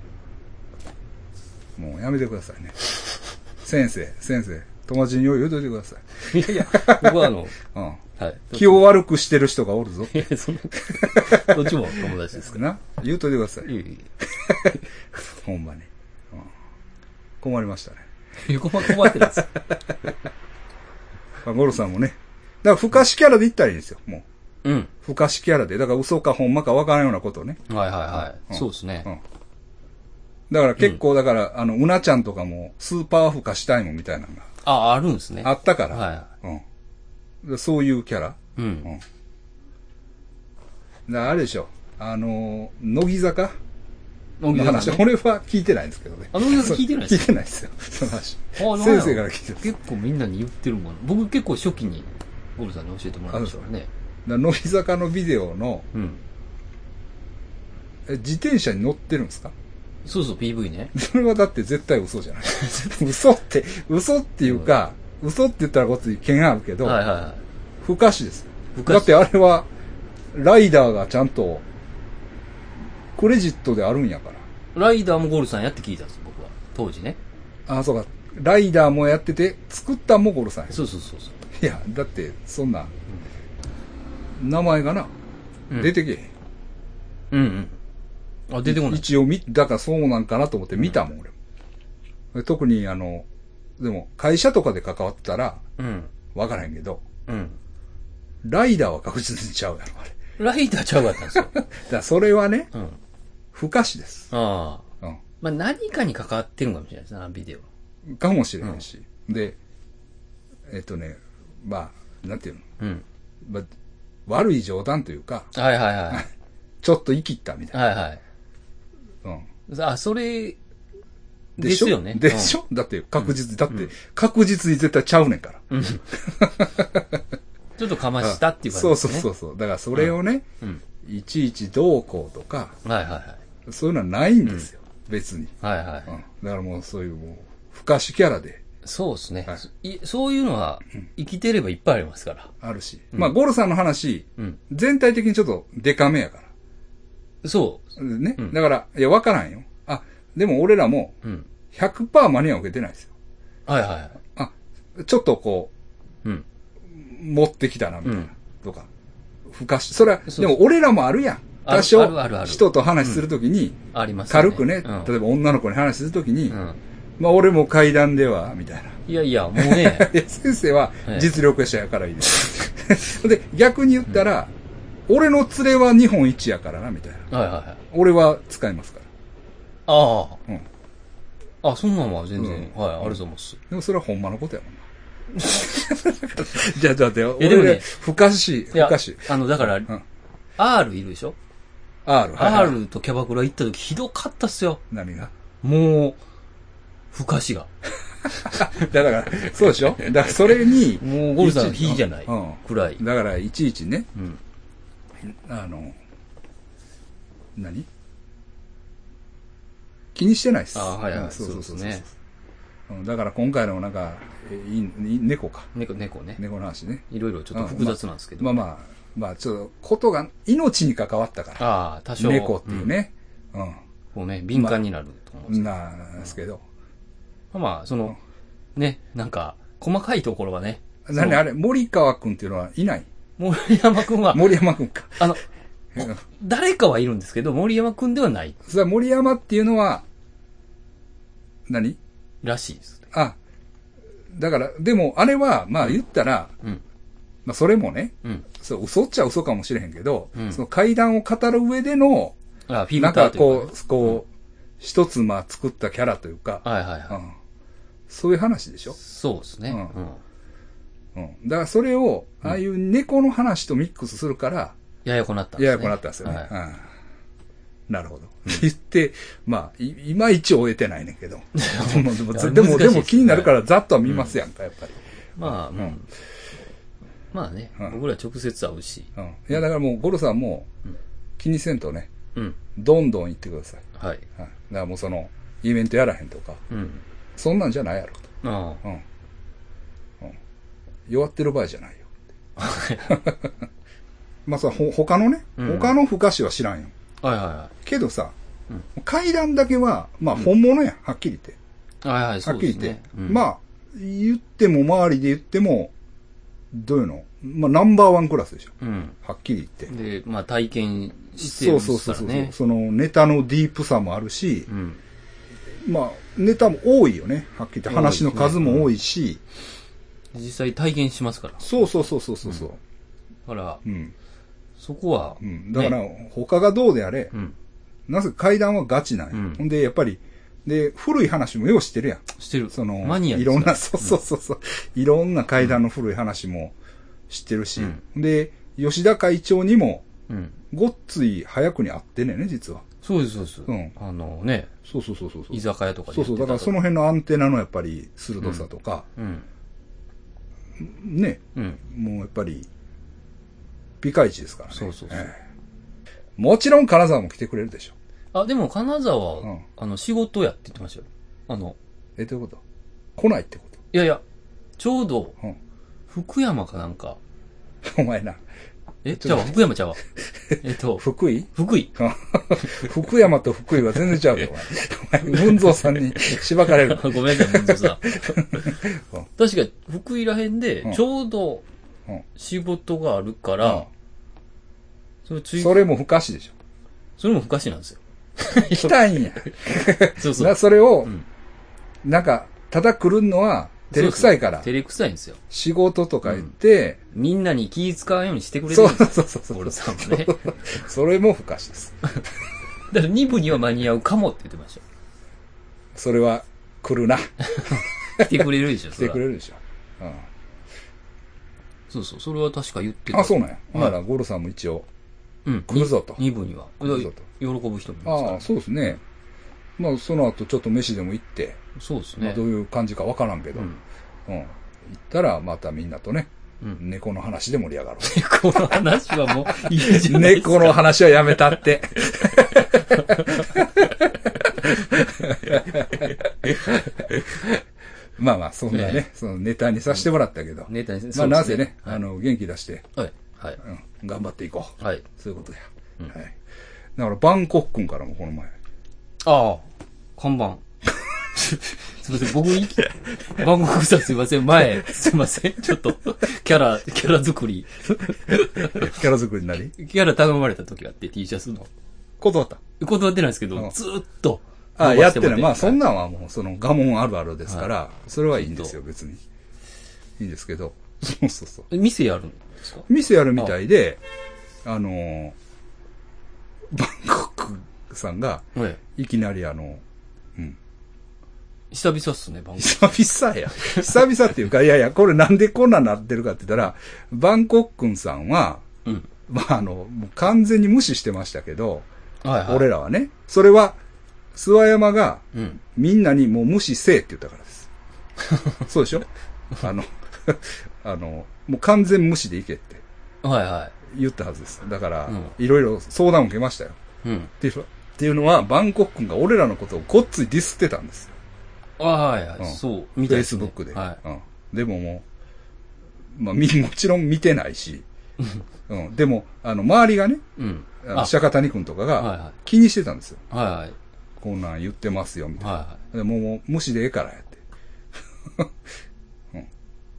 うん、もうやめてくださいね。先生、先生、友達によう言うといてください。いやいや、僕はあの、うん。はい。 気を悪くしてる人がおるぞ。 いや、そんな、どっちも友達ですから。 な。言うといてください。いやいやほんまに、うん。困りましたね。 いや、困ってないです。 ゴロさんもね。だから、不可視キャラで言ったらいいんですよ、もう。うん。 不可視キャラで。だから、嘘かほんまか分からんようなことをね。 はいはいはい。うん、そうですね。うん。 だから結構、だから、あの、うなちゃんとかも、スーパー不可視タイムみたいなのが。 あ、あるんですね。 あったから。 はい。 うん。そういうキャラ。 うん。うん。 だからあれでしょ。あの、乃木坂の話、ね、俺は聞いてないんですけどね。 あ、乃木坂聞いてないですか聞いてないですよ。その話。 あ先生から聞いてます。 結構みんなに言ってるもん。僕結構初期に、ゴルさんに教えてもらいましたからね。 だ乃木坂のビデオの、うん、え自転車に乗ってるんですか？ そうそう、ピーブイ ね。 それはだって絶対嘘じゃない。嘘って、嘘っていうか、うん、嘘って言ったらこっちに剣あるけど、 はいはいはい、 不可視です。だってあれは、ライダーがちゃんと、クレジットであるんやから。 ライダーもゴルさんやって聞いたんです、僕は。当時ね。 ああ、そうか。ライダーもやってて、作ったんもゴルさんや。 そうそうそうそう。 いや、だって、そんな、うん、名前がな、うん、出てけへん。 うんうん。あ、出てこない。 一応見、だからそうなんかなと思って見たもん、うん、俺も。特に、あの、でも、会社とかで関わってたら、うん。わからへんけど、うん。ライダーは確実にちゃうやろ、あれ。 ライダーちゃうかったんですよ。 だからそれはね、うん。不可視です。 ああ。うん。まあ何かに関わってるかもしれないですね、ビデオ。 かもしれないし。うん、で、えっとね、まあ、なんていうの、うん。まあ、悪い冗談というか、 はいはいはい。 ちょっと生きったみたいな。 はいはい。うん。あ、それ、 ですよね。 でしょ、うん、だって確実に、だって確実に絶対ちゃうねんから。うん、ちょっとかましたっていう感じですね。そうそうそう。だからそれをね、うん、いちいちどうこうとか、 はいはいはい。 そういうのはないんですよ。うん、別に。 はいはい、 うん。だからもうそういうもう、不可視キャラで。 そうですね、はい。そういうのは生きてればいっぱいありますから。 あるし。うん、まあ、ゴルさんの話、うん、全体的にちょっとデカめやから。 そう。 ね。うん、だから、いや、わからんよ。あ、でも俺らも、ひゃくパーセント 間には受けてないですよ。 はいはいはい。 あ、ちょっとこう、うん、持ってきたな、みたいな。うん、とか。不可視。それは、でも俺らもあるやん。多少、人と話するときに、 ありますね。 軽くね、例えば女の子に話するときに、まあ俺も階段では、みたいな。 いやいや、もうね。 いや先生は実力者やからいいです。で、逆に言ったら、俺の連れは日本一やからな、みたいな。 はいはいはい。 俺は使いますから。 ああ。うん。あ、そんなんは全然、はい、ありがとうございます。 でもそれはほんまのことやもんな。じゃあ、だって、俺、不可視、不可視。 あの、だから、R いるでしょ？ R、 はい。R とキャバクラ行った時ひどかったっすよ。 何が？ もう、不可視が。 だから、そうでしょ？だからそれに、 もうゴルさんの日じゃない。くらい。 だから、いちいちね、あの、何？気にしてないっす。 ああ、はいはい。そうそうそうね。 だから今回のなんか、猫か。 猫、猫ね。 猫の話ね。 いろいろちょっと複雑なんですけど。 まあまあ、まあちょっと、ことが、命に関わったから。 ああ、多少。 猫っていうね。うん。 こうね、敏感になると思うんですけど。 なんですけど。 まあ、その、ね、なんか、細かいところはね。 何あれ、森川くんっていうのはいない？ 森山くんは。 森山くんか。 あの、誰かはいるんですけど、森山くんではない。 それは森山っていうのは、何？ らしいです。 あ、だから、でも、あれは、まあ言ったら、うん、まあそれもね、うん、そう嘘っちゃ嘘かもしれへんけど、うん、その階段を語る上での、 あフィルターというか、なんかこう、こう、一つまあ作ったキャラというか、 はいはいはい。うん、 そういう話でしょ？ そうですね。 うん。うん。だからそれを、ああいう猫の話とミックスするから、 ややこなったんですね。 ややこなったんですよね。はい、うんなるほど。言って、まあ、い、いまいち終えてないねんけど。でも、でも、でも気になるからざっとは見ますやんか、やっぱり。 まあ、うん。まあね、僕ら直接会うし。 うん。いや、だからもう、ゴロさんも、気にせんとね、うん。どんどん行ってください。 はい。 だからもうその、イベントやらへんとか、うん。そんなんじゃないやろと。ああ。うん。うん。弱ってる場合じゃないよ。まあさ、ほ、他のね、他の不可視は知らんよ。 はいはいはい。 けどさ、 うん、階段だけは、まあ本物や、はっきり言って。 はいはい、そうですね。 はっきり言って。まあ、言っても周りで言っても、どういうのまあナンバーワンクラスでしょ。うん、はっきり言って。 で、まあ体験してるんですからね。そうそうそうそう。 そのネタのディープさもあるし、うん、まあネタも多いよね。はっきり言って話の数も多いし。 うん、実際体験しますから。 そうそうそうそうそう。うん、 だから、うん、そこは、 うん、だから、他がどうであれ、うん、なぜ階段はガチなんや。うん、ほんで、やっぱり、で、古い話もよう知ってるやん。 知ってる。 その、 マニアいろんな、そうそうそうそう、うん、いろんな階段の古い話も知ってるし、うん、で、吉田会長にも、うん、ごっつい早くに会ってんねんね、実は。 そうです、そうです。うん。あのね。 そうそうそうそう。 居酒屋とかで。 そうそう、だからその辺のアンテナのやっぱり鋭さとか、うんうん、ね、うん、もうやっぱり、ピカイチですからね。 そうそうそう。ええ、 もちろん金沢も来てくれるでしょ。 あ、でも金沢は、うん、あの、仕事やって言ってましたよ。あの。 え、どういうこと来ないってこと？ いやいや、ちょうど、うん、福山かなんか。 お前な。 え、ちゃうわ、福山ちゃうわ。えっと。 福井福井。 福山と福井は全然ちゃうよ、お前。お前、文蔵さんにしばかれる。 ごめんなさい、文蔵さん。確か、福井らへんで、ちょうど、仕事があるから、うん、 それつい、それも不可視でしょ。 それも不可視なんですよ。 来たいんや。 そうそう。 それを、うん、なんか、ただ来るのは、照れくさいから。 照れくさいんですよ。 仕事とか言って、 うん、みんなに気使わんようにしてくれるんですよ。 そうそうそうそう。 俺さんもね。 それも不可視です。 だからに部には間に合うかもって言ってました。 それは来るな。 来てくれるでしょ、 来てくれるでしょ。うん。 そうそう、それは確か言ってた。 あ、そうなんや。だから、ゴロさんも一応、うん、来るぞと。 に部には。来るぞと。喜ぶ人もいますから。 ああ、そうですね。まあ、その後ちょっと飯でも行って、 そうですね。 まあ、どういう感じかわからんけど、うん。うん。行ったら、またみんなとね、うん、猫の話で盛り上がる。 猫の話はもういいじゃないですか。 猫の話はやめたって。まあまあ、そんなね、ね、そのネタにさせてもらったけど。 ネタに、 まあ、なぜね、はい、あの、元気出して、 はい。はい。 うん。頑張っていこう。 はい。 そういうことや。うん、はい。だから、バンコク君からもこの前。 ああ、看板。すいません、僕に、バンコクさんすいません、前、すいません、ちょっと、キャラ、キャラ作り。 キャラ作り何？ キャラ頼まれた時があって T シャツの。 断った？ 断ってないですけど、うん、ずーっと。 あ、やってない。まあ、そんなんはもう、その、我門あるあるですから、はい、それはいいんですよ、別に。いいんですけど。そうそうそう。 店やるんですか？ 店やるみたいで、あ, あのー、バンコクさんが、いきなりあの、うん。 久々っすね、バンコク。 久々や。久々っていうか、いやいや、これなんでこんなになってるかって言ったら、バンコク君さんは、うん、まあ、あの、もう完全に無視してましたけど、はいはい、俺らはね、それは、諏訪山が、うん、みんなにもう無視せえって言ったからです。そうでしょ？あの、あの、もう完全無視でいけって。 はいはい。 言ったはずです。だから、いろいろ相談を受けましたよ。うん。っていう、っていうのは、バンコク君が俺らのことをごっついディスってたんですよ。 はいはい。うん、そう。 見たいですね。Facebook で。はい。うん。でももう、まあ、み、もちろん見てないし、うん。でも、あの、周りがね、うん。あの釈迦谷君とかが、気にしてたんですよ。 はいはい。 こんなん言ってますよ、みたいな。はいはい。でもう、もう無視でええからやって。うん。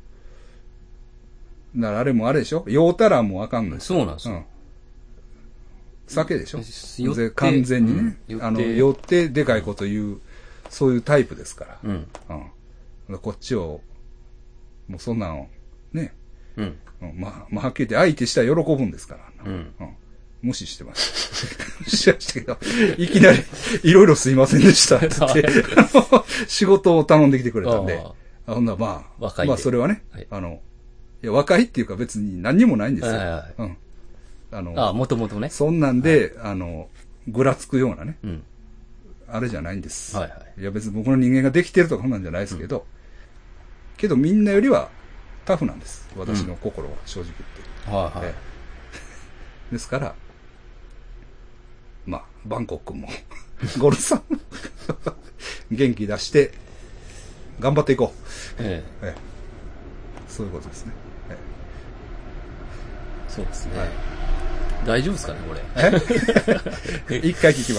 だからあれもあれでしょ？酔うたらもうあかんのですよ。そうなんですよ。うん。 酒でしょ？完全にね。うん、あの、酔ってでかいこと言う、そういうタイプですから。うん。うん。こっちを、もうそんなんを、ね。うん。うん、まあ、まあ、はっきり言って相手したら喜ぶんですから。うん。うん、無視してました。しましたけど、いきなり、いろいろすいませんでしたって言って、仕事を頼んできてくれたんで、あほんならまあ、若いまあそれはね、はい、あの、いや、若いっていうか別に何にもないんですよ。はいはい、うん。あの、 あもともとね。 そんなんで、はい、あの、ぐらつくようなね、うん、あれじゃないんです。はいはい。いや別に僕の人間ができてるとかそんなんじゃないですけど、うん、けどみんなよりはタフなんです。私の心は正直言って。はいはい。ですから、まあ、バンコクも、ゴルさん、元気出して、頑張っていこう。ええええ、そういうことですね。ええ、 そうですね。はい。 大丈夫ですかね、これ。 え一回聞きます。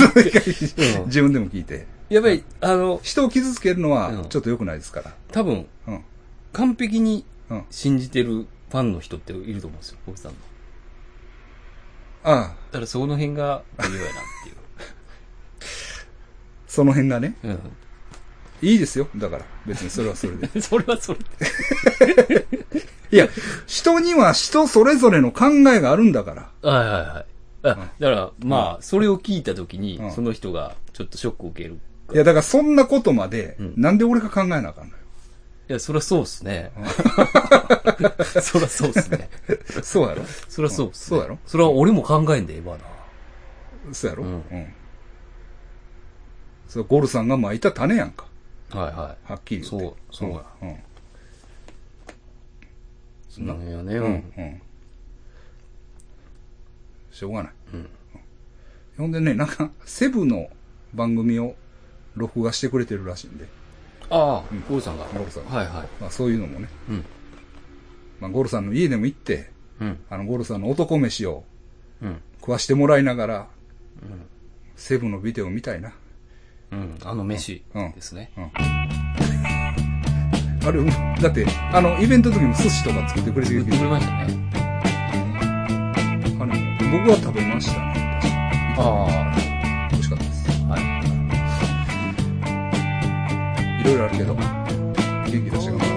一回自分でも聞いて。 やっぱり、あの、 人を傷つけるのはちょっと良くないですから。 多分、うん、完璧に信じてるファンの人っていると思うんですよ、小木さんの。 ああ。 だからその辺が微妙やなっていう。 その辺がね。 うん。 いいですよ。だから、別にそれはそれで。 それはそれで。いや、人には人それぞれの考えがあるんだから。 はいはいはい。あ、うん、だから、まあ、それを聞いたときに、うん、その人がちょっとショックを受ける。 いや、だからそんなことまで、うん、なんで俺が考えなあかんのよ。 いや、そりゃそうっすね。そりゃそうっすね。 そうやろそりゃそうっすね。 そうやろそれは俺も考えんでええわな。 そうやろうん。うん。それゴルさんが撒いた種やんか。 はいはい。 はっきり言って。 そう、そうや。 うん。 そんなやね。 うん。うん。しょうがない。うん。ほんでね、なんか、セブの番組を録画してくれてるらしいんで。 ああ、うん、ゴルさんが。 ゴルさんが。 はいはい。 まあそういうのもね。 うん。 まあゴルさんの家でも行って、 うん。 あのゴルさんの男飯を、 うん。 食わしてもらいながら、 うん。 セブのビデオ見たいな。 うん。あの飯ですね。 うん。うん、あれ、だって、あの、イベントの時も寿司とか作ってくれてるけど。 作りましたね。 あの、僕は食べましたね。確かに。 ああ。 美味しかったです。 はい。 いろいろあるけど、元気出して頑張